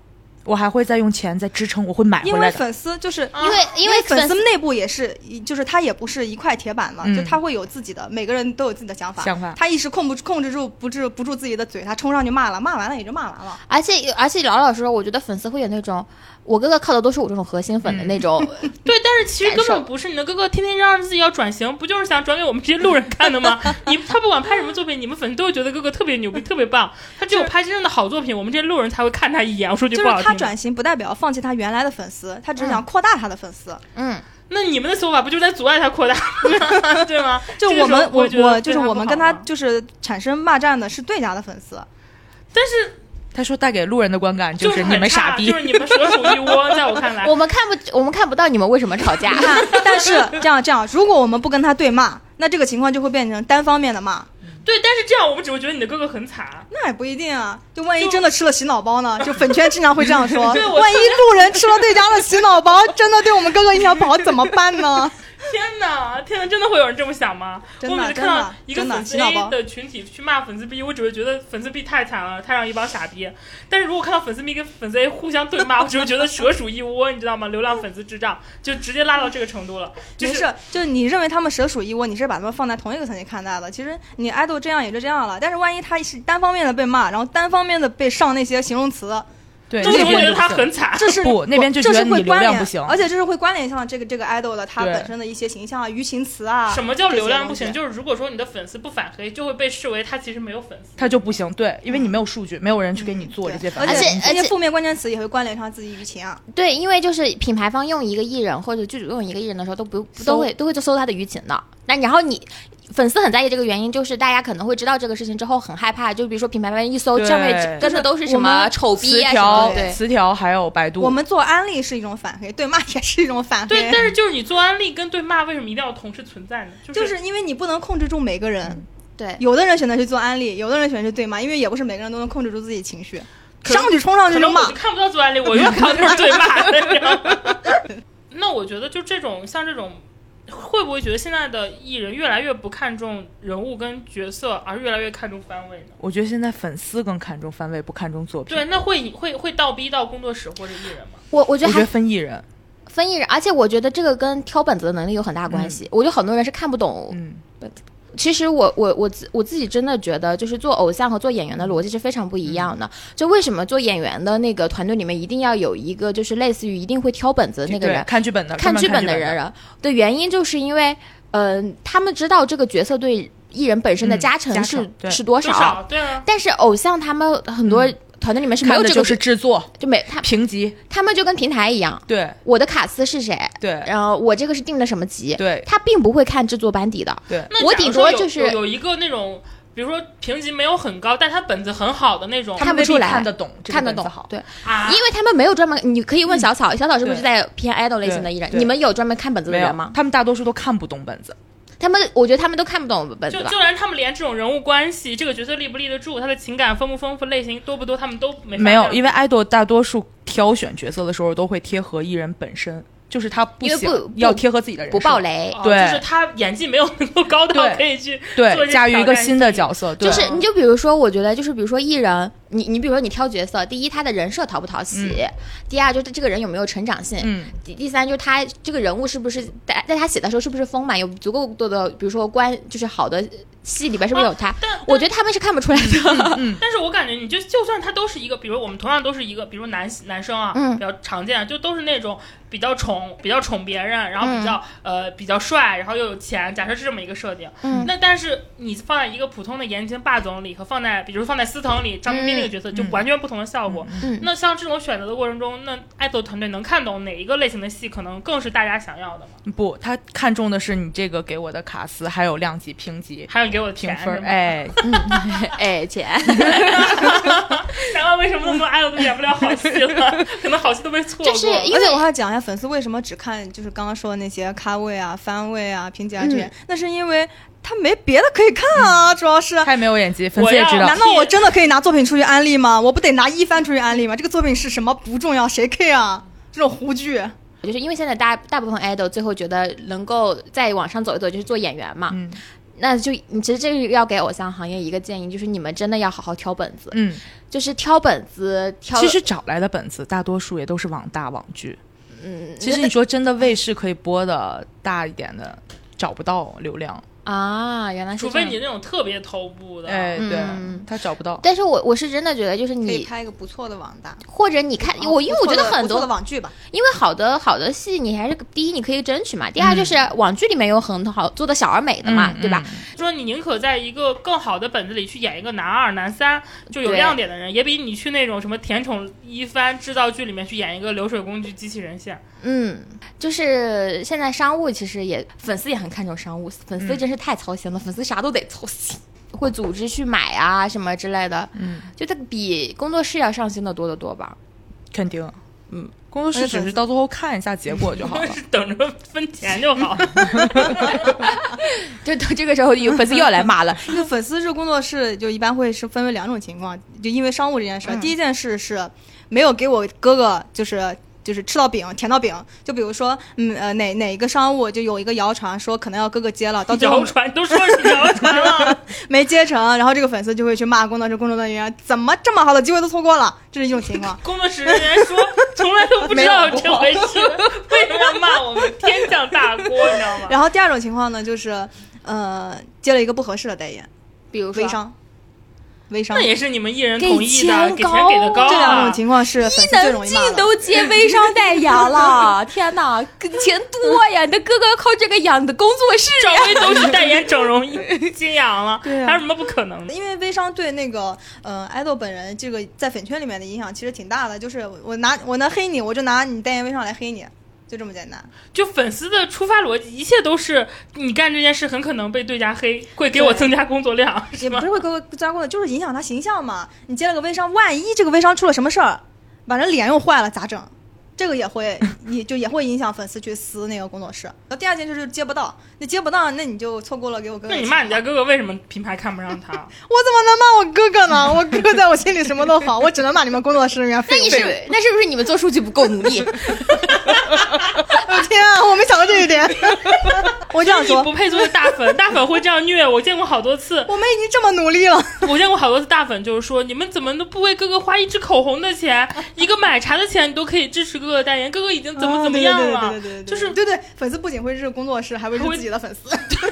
我还会再用钱再支撑，我会买回因为来的。 粉丝就是因为粉丝内部也是，就是他也不是一块铁板嘛，就他会有自己的，每个人都有自己的想法。他一时控制住不住自己的嘴，他冲上去骂了，骂完了也就骂完了。 而且老实说，我觉得粉丝会有那种我哥哥靠的都是我这种核心粉的那种。 对，但是其实根本不是，你的哥哥天天嚷嚷自己要转型，不就是想转给我们这些路人看的吗？他不管拍什么作品，你们粉丝都会觉得哥哥特别牛逼，特别棒。他只有拍真正的好作品，我们这些路人才会看他一眼。我说句不好听的， 就是他转型不代表放弃他原来的粉丝，他只是想扩大他的粉丝。 那你们的手法不就在阻碍他扩大吗？对吗？ 就我们跟他就是产生骂战的是对家的粉丝， 但是他说带给路人的观感就是你们傻逼， 就是你们蛇鼠一窝。在我看来， 我们看不到你们为什么吵架。 但是这样，如果我们不跟他对骂，那这个情况就会变成单方面的骂。 对，但是这样我们只会觉得你的哥哥很惨。 那也不一定啊，就万一真的吃了洗脑包呢？就粉圈经常会这样说，万一路人吃了对家的洗脑包，真的对我们哥哥影响不好怎么办呢？ 天哪，真的会有人这么想吗？我每次看到一个粉丝 A 的群体去骂粉丝 B， 我只会觉得粉丝 B 太惨了，太让一帮傻逼。但是如果看到粉丝 B 跟粉丝 A 互相对骂，我只会觉得蛇鼠一窝，你知道吗？流量粉丝智障就直接拉到这个程度了。 没事，就是你认为他们蛇鼠一窝，你是把他们放在同一个层级看待的。其实你爱豆这样也就这样了，但是万一他是单方面的被骂，然后单方面的被上那些形容词。 对， 这是会觉得他很惨， 这是不那边就觉得你流量不行， 而且这是会关联上这个 idol 的他本身的一些形象啊、舆情词啊。 什么叫流量不行？就是如果说你的粉丝不反黑，就会被视为他其实没有粉丝， 他就不行。对，因为你没有数据，没有人去给你做这些反黑， 而且这些负面关键词也会关联上自己舆情啊。 对，因为就是品牌方用一个艺人或者剧组用一个艺人的时候，都会去搜他的舆情的。那然后你。粉丝很在意这个原因，就是大家可能会知道这个事情之后很害怕，就比如说品牌方一搜上面真的都是什么丑逼啊什么的， 词条还有百度。 我们做安利是一种反黑，对骂也是一种反黑。 对，但是就是你做安利跟对骂为什么一定要同时存在呢？ 就是因为你不能控制住每个人。 对， 有的人选择去做安利，有的人选择去对骂，因为也不是每个人都能控制住自己情绪，上去冲上去就骂。 我看不到做安利，我永远看到就是对骂的。那我觉得就像这种。会不会觉得现在的艺人越来越不看重人物跟角色，而越来越看重番位呢？ 我觉得现在粉丝更看重番位，不看重作品。 对，那会倒逼到工作室或者艺人吗？ 我觉得分艺人， 而且我觉得这个跟挑本子的能力有很大关系。我觉得很多人是看不懂本子。其实我自己真的觉得，就是做偶像和做演员的逻辑是非常不一样的。就为什么做演员的那个团队里面一定要有一个就是类似于一定会挑本子的那个人， 看剧本的人的原因，就是因为他们知道这个角色对艺人本身的加成是多少。 对啊。 但是偶像他们很多。团队里面是没有这个， 就是制作， 就没评级， 他们就跟平台一样， 对， 我的卡司是谁， 对， 然后我这个是定的什么级， 对， 他并不会看制作班底的， 对， 我顶多就是有一个那种，比如说评级没有很高，但他本子很好的那种， 看不出来， 看得懂， 对，因为他们没有专门，你可以问小草，小草是不是在偏 idol 类型的艺人？你们有专门看本子的人吗？ 他们大多数都看不懂本子。 我觉得他们都看不懂本子了， 就连他们连这种人物关系，这个角色立不立得住，他的情感丰不丰富，类型多不多，他们都没有，因为爱豆大多数挑选角色的时候都会贴合艺人本身，就是他不想要贴合自己的人设， 不爆雷， 对，就是他演技没有能够高到可以去对驾驭一个新的角色， 就是你就比如说，我觉得就是比如说艺人。你比如说你挑角色，第一他的人设讨不讨喜，第二就是这个人有没有成长性，第三就是他这个人物是不是在他写的时候是不是丰满，有足够多的比如说就是好的戏里边是不是有他，我觉得他们是看不出来的。 但是我感觉你就算他都是一个，比如我们同样都是一个，比如男生啊，比较常见，就都是那种比较宠别人，然后比较帅，然后又有钱，假设是这么一个设定，那但是你放在一个普通的言情霸总里和比如放在司藤里张彬彬那个角色就完全不同的效果。那像这种选择的过程中，那爱豆团队能看懂哪一个类型的戏可能更是大家想要的吗？ 不，他看重的是你这个给我的卡司，还有量级评级， 还有给我的评分，钱。 然后为什么那么多爱豆都演不了好戏了？可能好戏都被错过。 就是因为我还要讲一下粉丝为什么只看就是刚刚说的那些咖位啊、番位啊、评级啊这些，那是因为他没别的可以看啊，主要是他也没有演技，粉丝也知道。 难道我真的可以拿作品出去安利吗？我不得拿一番出去安利吗？这个作品是什么不重要，谁 care 啊？这种胡剧。 就是因为现在大部分 idol 最后觉得能够再往上走一走就是做演员嘛。 那就你其实这个要给偶像行业一个建议，就是你们真的要好好挑本子，就是挑本子挑。 其实找来的本子大多数也都是网大网剧，其实你说真的卫视可以播的大一点的，找不到流量。 啊，原来是这样， 除非你那种特别头部的， 对，他找不到。 但是我是真的觉得，就是你可以拍一个不错的网大， 或者你看因为我觉得很多的网剧吧，因为好的戏，你还是第一你可以争取嘛，第二就是网剧里面有很好做的小而美的嘛，对吧？ 说你宁可在一个更好的本子里去演一个男二、男三，就有亮点的人，也比你去那种什么甜宠一番制造剧里面去演一个流水工具机器人线。 就是现在商务其实粉丝也很看重商务，粉丝真是太操心了，粉丝啥都得操心，会组织去买啊什么之类的，就它比工作室要上心的多得多吧？ 肯定，工作室只是到最后看一下结果就好了， 是等着分钱就好了。 就这个时候有粉丝又要来骂了。 就粉丝制工作室就一般会是分为2种情况，就因为商务这件事，第一件事是没有给我哥哥就是吃到饼甜到饼，就比如说哪一个商务就有一个谣传说可能要哥哥接了，到最后谣传都说是谣传了没接成，然后这个粉丝就会去骂工作室工作人员怎么这么好的机会都错过了，这是一种情况。 工作室人员说从来都不知道这回事，为什么要骂我们天降大锅，你知道吗？ 然后第二种情况呢，就是接了一个不合适的代言， 比如说微商， 那也是你们艺人同意的，给钱给的高啊。 这2种情况是粉丝最容易骂的。 都接微商代言了，天哪，钱多呀！你的哥哥靠这个养的工作室， 赵薇都是代言整容金养了， 对啊， 还有什么不可能的？ 因为微商对那个爱豆本人这个在粉圈里面的影响其实挺大的，就是我能黑你，我就拿你代言微商来黑你。就这么简单， 就粉丝的出发逻辑，一切都是你干这件事很可能被对家黑，会给我增加工作量， 也不是会给我增加工作，就是影响他形象嘛。你接了个微商，万一这个微商出了什么事儿，把人脸又坏了咋整？这个也会影响粉丝去撕那个工作室。第二件就是接不到，那接不到，那你就错过了给我哥哥。 那你骂你家哥哥为什么品牌看不上他？ 我怎么能骂我哥哥呢？我哥哥在我心里什么都好，我只能骂你们工作室人员废物。 那是不是你们做数据不够努力？ 天啊，我没想到这一点。我这样说， 你不配作为大粉，大粉会这样虐我，见过好多次。 我们已经这么努力了， 我见过好多次大粉就是说，你们怎么都不为哥哥花一支口红的钱，一个买茶的钱，你都可以支持哥哥代言，哥哥已经怎么样了？ 对， 就是对，粉丝不仅会日工作室，还会日自己的粉丝。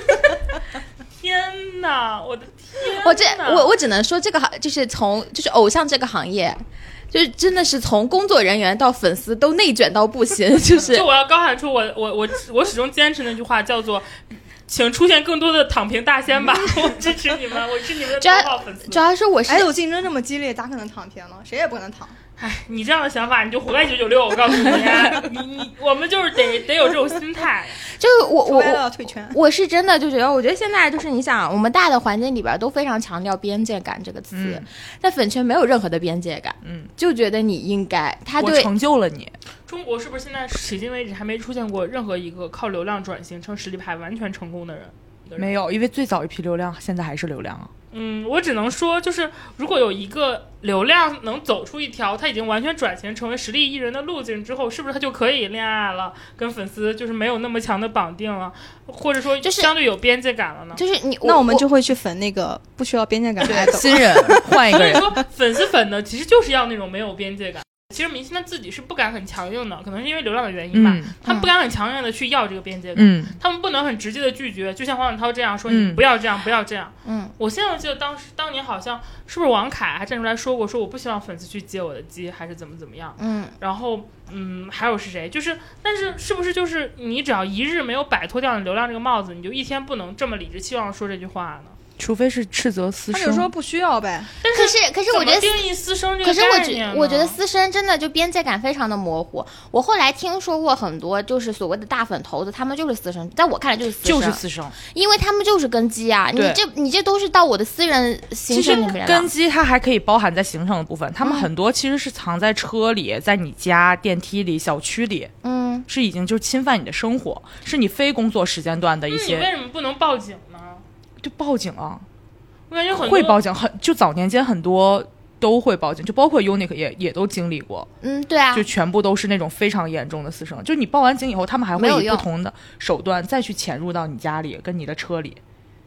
天哪，我的天哪！ 我只能说这个就是就是偶像这个行业。就是真的是从工作人员到粉丝都内卷到不行，就我要高喊出我始终坚持那句话，叫做请出现更多的躺平大仙吧，我支持你们，我是你们的头号粉丝。 主要是我是有竞争这么激烈，咋可能躺平呢？谁也不能躺。 哎，你这样的想法，你就活该996。我告诉你，我们就是得有这种心态。 就是我是真的就觉得，我觉得现在就是你想，我们大的环境里边都非常强调边界感这个词，在粉圈没有任何的边界感，就觉得你应该我成就了你。 中国是不是现在迄今为止还没出现过任何一个靠流量转型成实力派完全成功的人？ 没有，因为最早一批流量现在还是流量啊。 我只能说，就是如果有一个流量能走出一条他已经完全转型成为实力艺人的路径之后，是不是他就可以恋爱了，跟粉丝就是没有那么强的绑定了，或者说相对有边界感了呢？ 就是那我们就会去粉那个不需要边界感的爱豆， 新人换一个人。 所以说粉丝粉的其实就是要那种没有边界感。其实明星他自己是不敢很强硬的，可能是因为流量的原因吧，他们不敢很强硬的去要这个边界感，他们不能很直接的拒绝，就像黄子韬这样说，你不要这样，不要这样。我现在记得当年好像是不是王凯还站出来说过，说我不希望粉丝去接我的机，还是怎么样。然后还有是谁？就是但是不是就是你只要一日没有摆脱掉你流量这个帽子，你就一天不能这么理直气壮说这句话呢？ 除非是斥责私生， 他就说不需要呗。 但可是我觉得定义私生这个概念， 我觉得私生真的就边界感非常的模糊。我后来听说过很多就是所谓的大粉头子，他们就是私生，在我看来就是私生，因为他们就是跟机啊，你这都是到我的私人行程里面了。 跟机它还可以包含在行程的部分，他们很多其实是藏在车里，在你家电梯里、小区里，是已经就是侵犯你的生活，是你非工作时间段的一些。 你为什么不能报警呢？ 就报警啊！ 我感觉很多会报警，就早年间很多都会报警，就包括 UNIQ 也都经历过。 对啊， 就全部都是那种非常严重的私生。就你报完警以后，他们还会以不同的手段再去潜入到你家里跟你的车里。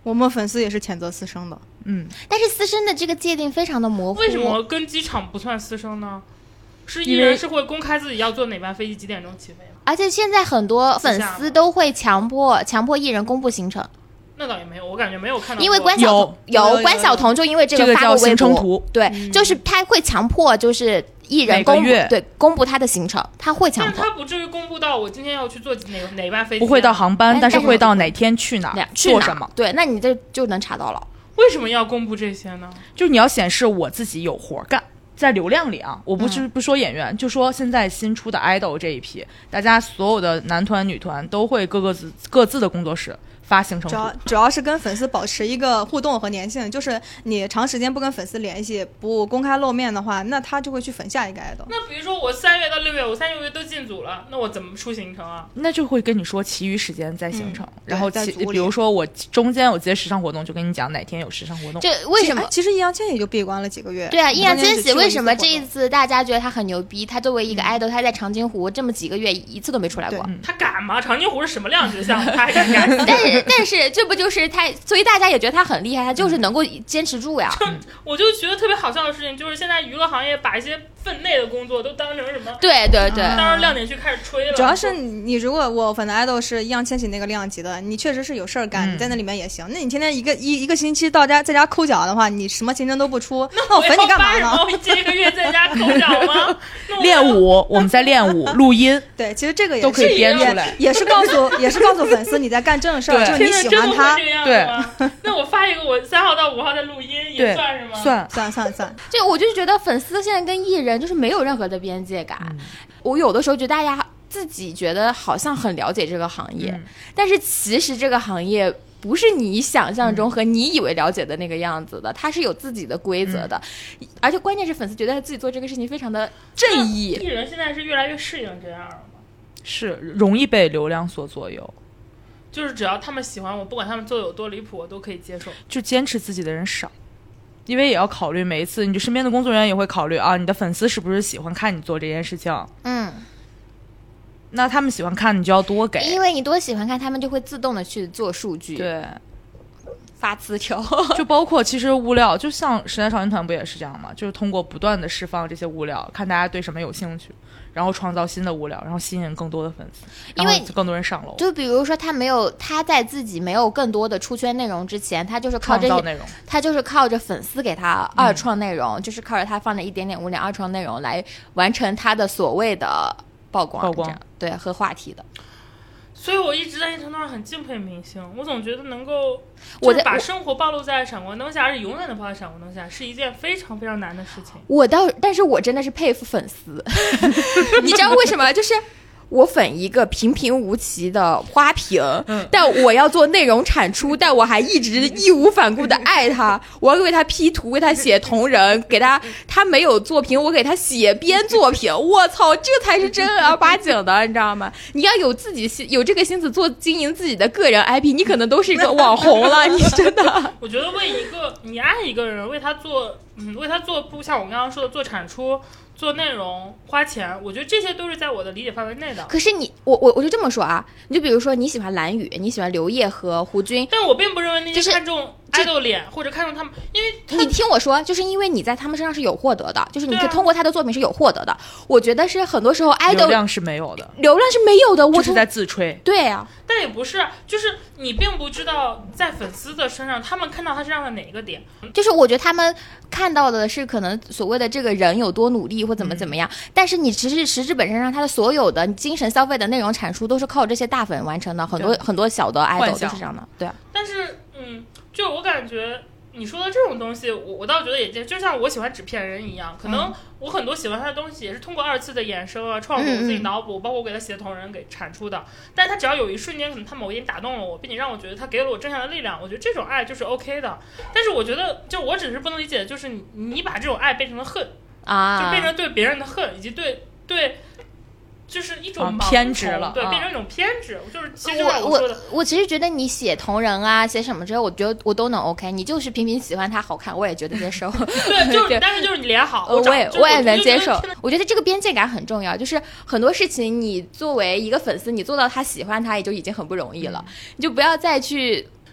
我们粉丝也是谴责私生的。 但是私生的这个界定非常的模糊。 为什么跟机场不算私生呢？是艺人是会公开自己要坐哪班飞机几点钟起飞吗？ 而且现在很多粉丝都会强迫艺人公布行程。 那倒也没有，我感觉没有看到过。 因为关晓彤关晓彤就因为这个发过微博，对，就是他会强迫就是艺人公布他的行程，他会强迫。 但他不至于公布到我今天要去坐哪班飞机， 不会到航班，但是会到哪天去哪做什么。 对，那你这就能查到了。 为什么要公布这些呢？ 就是你要显示我自己有活干。在流量里啊，我不说演员，就说现在新出的 idol 这一批，大家所有的男团女团都会各自的工作室发行程图， 主要是跟粉丝保持一个互动和粘性，就是你长时间不跟粉丝联系，不公开露面的话，那他就会去粉下一个 idol。 那比如说我3月到6月，我3、6月都进组了，那我怎么出行程啊？ 那就会跟你说其余时间再行程，然后比如说我中间有接时尚活动，就跟你讲哪天有时尚活动。 这为什么？ 其实易烊千玺就闭关了几个月。 对啊，易烊千玺为什么这一次大家觉得他很牛逼？他作为一个 idol，他在长津湖这么几个月一次都没出来过。 他敢吗？长津湖是什么量级的项目？他还敢干？ 但是这不就是他，所以大家也觉得他很厉害，他就是能够坚持住呀。 我就觉得特别好笑的事情，就是现在娱乐行业把一些分内的工作都当成什么？ 对， 当成亮点去开始吹了。 主要是你如果我粉的 idol 是易烊千玺那个量级的，你确实是有事儿干，你在那里面也行。那你天天一个星期在家抠脚的话，你什么行程都不出，那我粉你干嘛呢？ 我接一个月在家抠脚吗？ 练舞，我们在练舞，录音。 对，其实这个也都可以编出来， 也是告诉粉丝你在干正事儿，就是你喜欢他。 对，那我发一个我3号到5号在录音也算是吗？ 算。 就我就是觉得粉丝现在跟艺人就是没有任何的边界感。我有的时候觉得大家自己觉得好像很了解这个行业，但是其实这个行业不是你想象中和你以为了解的那个样子的，它是有自己的规则的，而且关键是粉丝觉得自己做这个事情非常的正义。 艺人现在是越来越适应这样了吗？ 是容易被流量所左右， 就是只要他们喜欢我，不管他们做的有多离谱，我都可以接受。 就坚持自己的人少，因为也要考虑每一次，你身边的工作人员也会考虑啊，你的粉丝是不是喜欢看你做这件事情？那他们喜欢看，你就要多给， 因为你多喜欢看，他们就会自动的去做数据， 对， 发词条。 就包括其实物料，就像时代少年团不也是这样吗？就是通过不断的释放这些物料，看大家对什么有兴趣，然后创造新的物料，然后吸引更多的粉丝，因为更多人上楼。 就比如说他在自己没有更多的出圈内容之前，他就是靠这些内容，他就是靠着粉丝给他二创内容，就是靠着他放的一点点物料二创内容来完成他的所谓的曝光对和话题的。 所以我一直在一定程度上很敬佩明星，我总觉得能够就是把生活暴露在闪光灯下，而且永远的暴露在闪光灯下，是一件非常非常难的事情。 但是我真的是佩服粉丝，你知道为什么？就是我粉一个平平无奇的花瓶，但我要做内容产出，但我还一直义无反顾的爱他，我要为他 P 图，为他写同人，给他没有作品，我给他写编作品。我操，这才是正儿八经的，你知道吗？你要有有这个心思经营自己的个人 IP， 你可能都是一个网红了，你真的。 我觉得你爱一个人，为他做不像我刚刚说的做产出。做内容花钱，我觉得这些都是在我的理解范围内的。 可是我就这么说啊，你就比如说你喜欢蓝宇，你喜欢刘烨和胡军， 但我并不认为那些看重爱豆脸或者看重他们，因为你听我说，就是因为你在他们身上是有获得的，就是你可以通过他的作品是有获得的。我觉得是很多时候爱豆流量是没有的， 我是在自吹。 对啊， 但也不是，就是你并不知道在粉丝的身上，他们看到他身上的哪一个点。 就是我觉得他们看到的是可能所谓的这个人有多努力或怎么样，但是你其实实质本身上他的所有的精神消费的内容产出都是靠这些大粉完成的，很多小的爱豆都是这样的，对啊。 但是就我感觉你说的这种东西，我倒觉得也就像我喜欢纸片人一样，可能我很多喜欢他的东西也是通过2次的衍生啊、创作、我自己脑补，包括我给他写的同人给产出的。但他只要有一瞬间，可能他某一点打动了我，并且让我觉得他给了我正向的力量，我觉得这种爱就是 OK 的。但是我觉得，就我只是不能理解的就是你把这种爱变成了恨啊，就变成对别人的恨，以及对。就是一种偏执了， 对，变成一种偏执。就是其实我说的， 我其实觉得你写同人啊，写什么之类，我觉得我都能 OK。你就是平平喜欢他好看，我也觉得接受。 对，但是就是你脸好， 我也能接受。我觉得这个边界感很重要，就是很多事情你作为一个粉丝，你做到他喜欢他也就已经很不容易了，你就不要再去。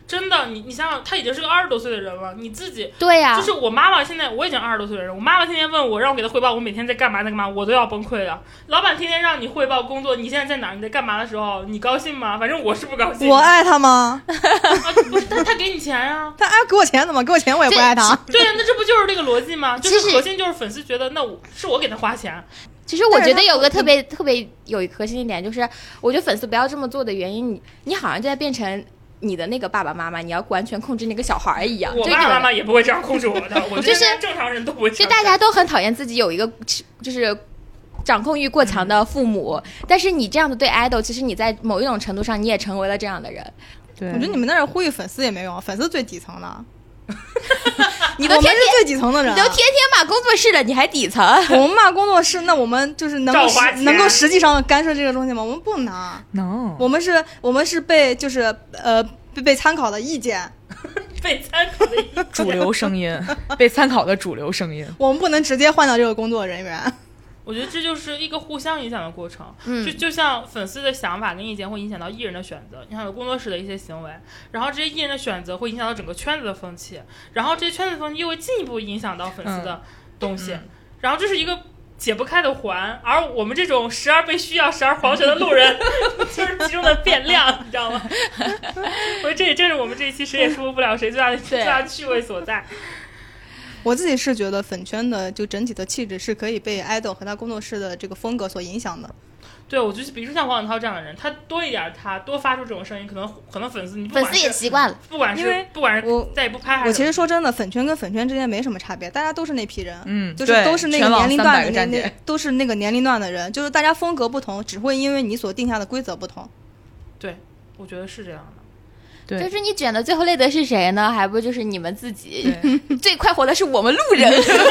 真的，你想想，他已经是个20多岁的人了，你自己对呀、 就是我妈妈现在我已经20多岁的人，我妈妈天天问我，让我给她汇报我每天在干嘛，我都要崩溃了。老板天天让你汇报工作，你现在在哪儿，你在干嘛的时候，你高兴吗？反正我是不高兴。 我爱他吗？ 不是他给你钱呀、 他爱给我钱怎么？给我钱我也不爱他。 对呀、那这不就是这个逻辑吗？就是其实核心就是粉丝觉得那是我给他花钱。 其实我觉得有个特别有一个核心一点，就是我觉得粉丝不要这么做的原因，你好像就在变成你的那个爸爸妈妈，你要完全控制那个小孩一样。 我爸爸妈妈也不会这样控制我的，我觉得正常人都不会这样。 就大家都很讨厌自己有一个就是掌控欲过强的父母，但是你这样子对 idol， 其实你在某一种程度上你也成为了这样的人。 对， 我觉得你们那儿呼吁粉丝也没用，粉丝最底层的。 你都天天我们是最底层的人， 你都天天骂工作室了，你还底层？ 我们骂工作室，那我们就是能够实际上干涉这个东西吗？我们不能。 能。 我们是被就是被参考的意见， 被参考的意见， 主流声音，被参考的主流声音。 我们不能直接换掉这个工作人员。 我觉得这就是一个互相影响的过程，就像粉丝的想法跟意见会影响到艺人的选择，影响到工作室的一些行为，然后这些艺人的选择会影响到整个圈子的风气，然后这些圈子风气又会进一步影响到粉丝的东西，然后这是一个解不开的环，而我们这种时而被需要时而黄泉的路人就是其中的变量，你知道吗？我觉得这也正是我们这一期谁也说服不了谁最大的趣味所在。 我自己是觉得粉圈的就整体的气质是可以被 idol 和他工作室的这个风格所影响的。 对，我觉得比如说像黄子韬这样的人，他多一点，他多发出这种声音，可能粉丝粉丝也习惯了， 不管是再也不拍。 我其实说真的，粉圈跟粉圈之间没什么差别，大家都是那批人，就是都是那个年龄段的都是那个年龄段的人，就是大家风格不同，只会因为你所定下的规则不同。 对，我觉得是这样的。 对， 就是你卷的最后累的是谁呢？还不就是你们自己？最快活的是我们路人。你怎么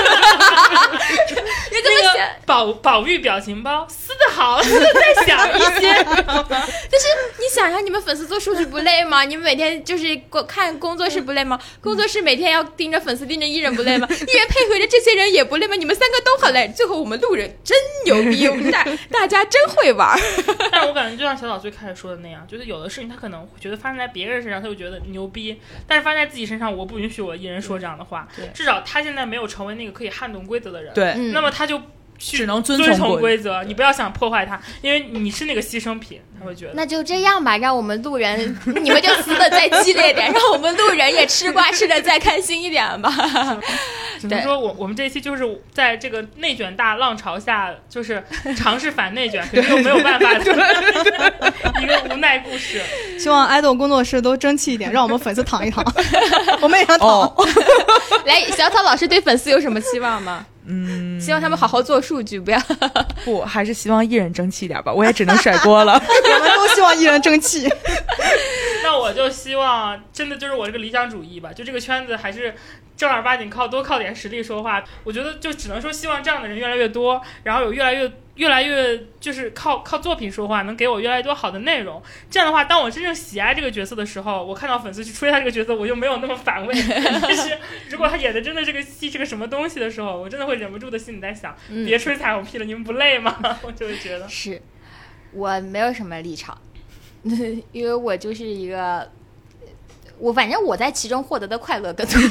想？ 宝玉表情包撕得好，再想一些。 就是你想想，你们粉丝做数据不累吗？你们每天就是看工作室不累吗？工作室每天要盯着粉丝盯着艺人不累吗？艺人配合着这些人也不累吗？你们三个都很累，最后我们路人真牛逼，大家真会玩。 但是我感觉就像小岛最开始说的那样，就是有的事情他可能觉得发生在别人身上他就觉得牛逼，但是发生在自己身上我不允许我的艺人说这样的话，至少他现在没有成为那个可以撼动规则的人， 对， 那么他就只能遵从规则，你不要想破坏它，因为你是那个牺牲品，他会觉得。 那就这样吧，让我们路人，你们就撕的再激烈点，让我们路人也吃瓜吃的再开心一点吧。 只能说我们这一期就是在这个内卷大浪潮下，就是尝试反内卷，可是又没有办法的一个无奈故事。 希望爱豆工作室都争气一点，让我们粉丝躺一躺，我们也想躺。 来，小草老师对粉丝有什么期望吗？希望他们好好做数据，不还是希望艺人争气一点吧。我也只能甩锅了。 我们都希望艺人争气。 那我就希望，真的就是我这个理想主义吧，就这个圈子还是正儿八经多靠点实力说话。我觉得就只能说希望这样的人越来越多，然后有越来越就是靠作品说话，能给我越来越多好的内容。这样的话，当我真正喜爱这个角色的时候，我看到粉丝去吹他这个角色，我就没有那么反胃。但是如果他演的真的这个戏是个什么东西的时候，我真的会忍不住的心里在想，别吹彩虹屁了，你们不累吗？我就会觉得是，我没有什么立场，因为我就是一个。反正我在其中获得的快乐更多。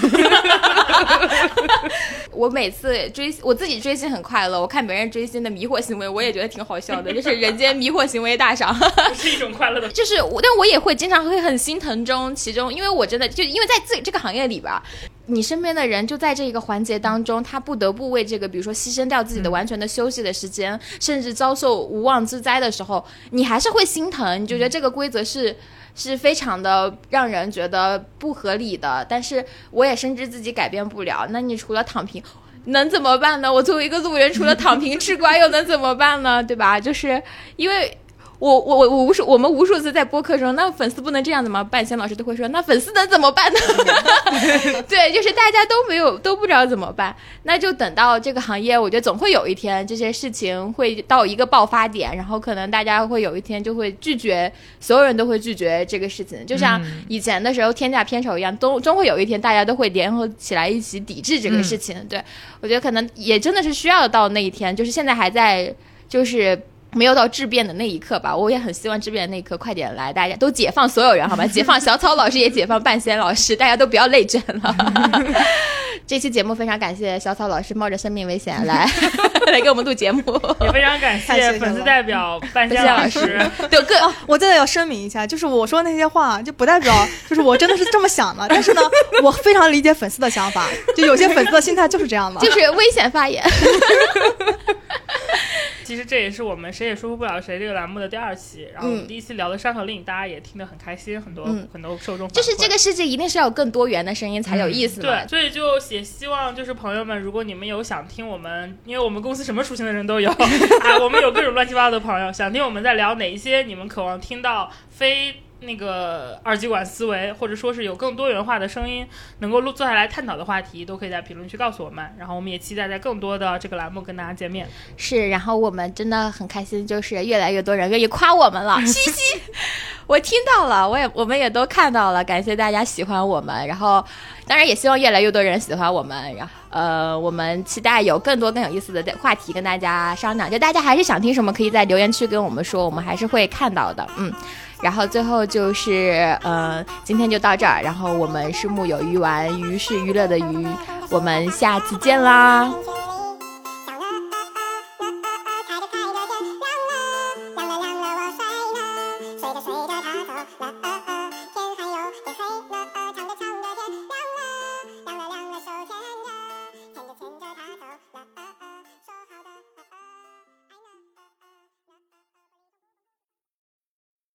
我每次我自己追星很快乐，我看别人追星的迷惑行为，我也觉得挺好笑的，就是人间迷惑行为大赏， 是一种快乐的。 就是但我也会经常会很心疼其中，因为我真的因为在这个行业里吧，你身边的人就在这一个环节当中，他不得不为这个，比如说牺牲掉自己的完全的休息的时间，甚至遭受无妄之灾的时候，你还是会心疼，你就觉得这个规则是非常的让人觉得不合理的，但是我也深知自己改变不了。那你除了躺平能怎么办呢？我作为一个路人，除了躺平吃瓜又能怎么办呢？对吧？就是因为我们无数次在播客中，那粉丝不能这样子吗？半仙老师都会说，那粉丝能怎么办呢？对，就是大家都不知道怎么办，那就等到这个行业，我觉得总会有一天这些事情会到一个爆发点，然后可能大家会有一天就会拒绝，所有人都会拒绝这个事情，就像以前的时候天价片酬一样，终会有一天大家都会联合起来一起抵制这个事情。对，我觉得可能也真的是需要到那一天，就是现在还在就是没有到质变的那一刻吧，我也很希望质变的那一刻快点来，大家都解放所有人好吧，解放小草老师也解放半仙老师，大家都不要累赘了。这期节目非常感谢小草老师冒着生命危险来给我们录节目， 也非常感谢粉丝代表半仙老师。 对我真的要声明一下，就是我说那些话就不代表就是我真的是这么想的，但是呢，我非常理解粉丝的想法，就有些粉丝的心态就是这样的， 就是危险发言。 其实这也是我们谁也说服不了谁这个栏目的第2期，然后我们第1期聊的《山河令》，大家也听得很开心，很多受众就是这个世界一定是要有更多元的声音才有意思嘛。 对，所以就也希望就是朋友们，如果你们有想听我们，因为我们公司什么属性的人都有啊，我们有各种乱七八糟的朋友，想听我们在聊哪一些你们渴望听到非那个二极管思维，或者说是有更多元化的声音能够坐下来探讨的话题，都可以在评论区告诉我们，然后我们也期待在更多的这个栏目跟大家见面。 是，然后我们真的很开心，就是越来越多人愿意夸我们了，嘻嘻。我听到了，我们也都看到了，感谢大家喜欢我们，然后当然也希望越来越多人喜欢我们，然后我们期待有更多更有意思的话题跟大家商量，就大家还是想听什么可以在留言区跟我们说，我们还是会看到的。然后最后就是今天就到这儿，然后我们是木有鱼丸，鱼是娱乐的鱼，我们下次见啦。 随着他走，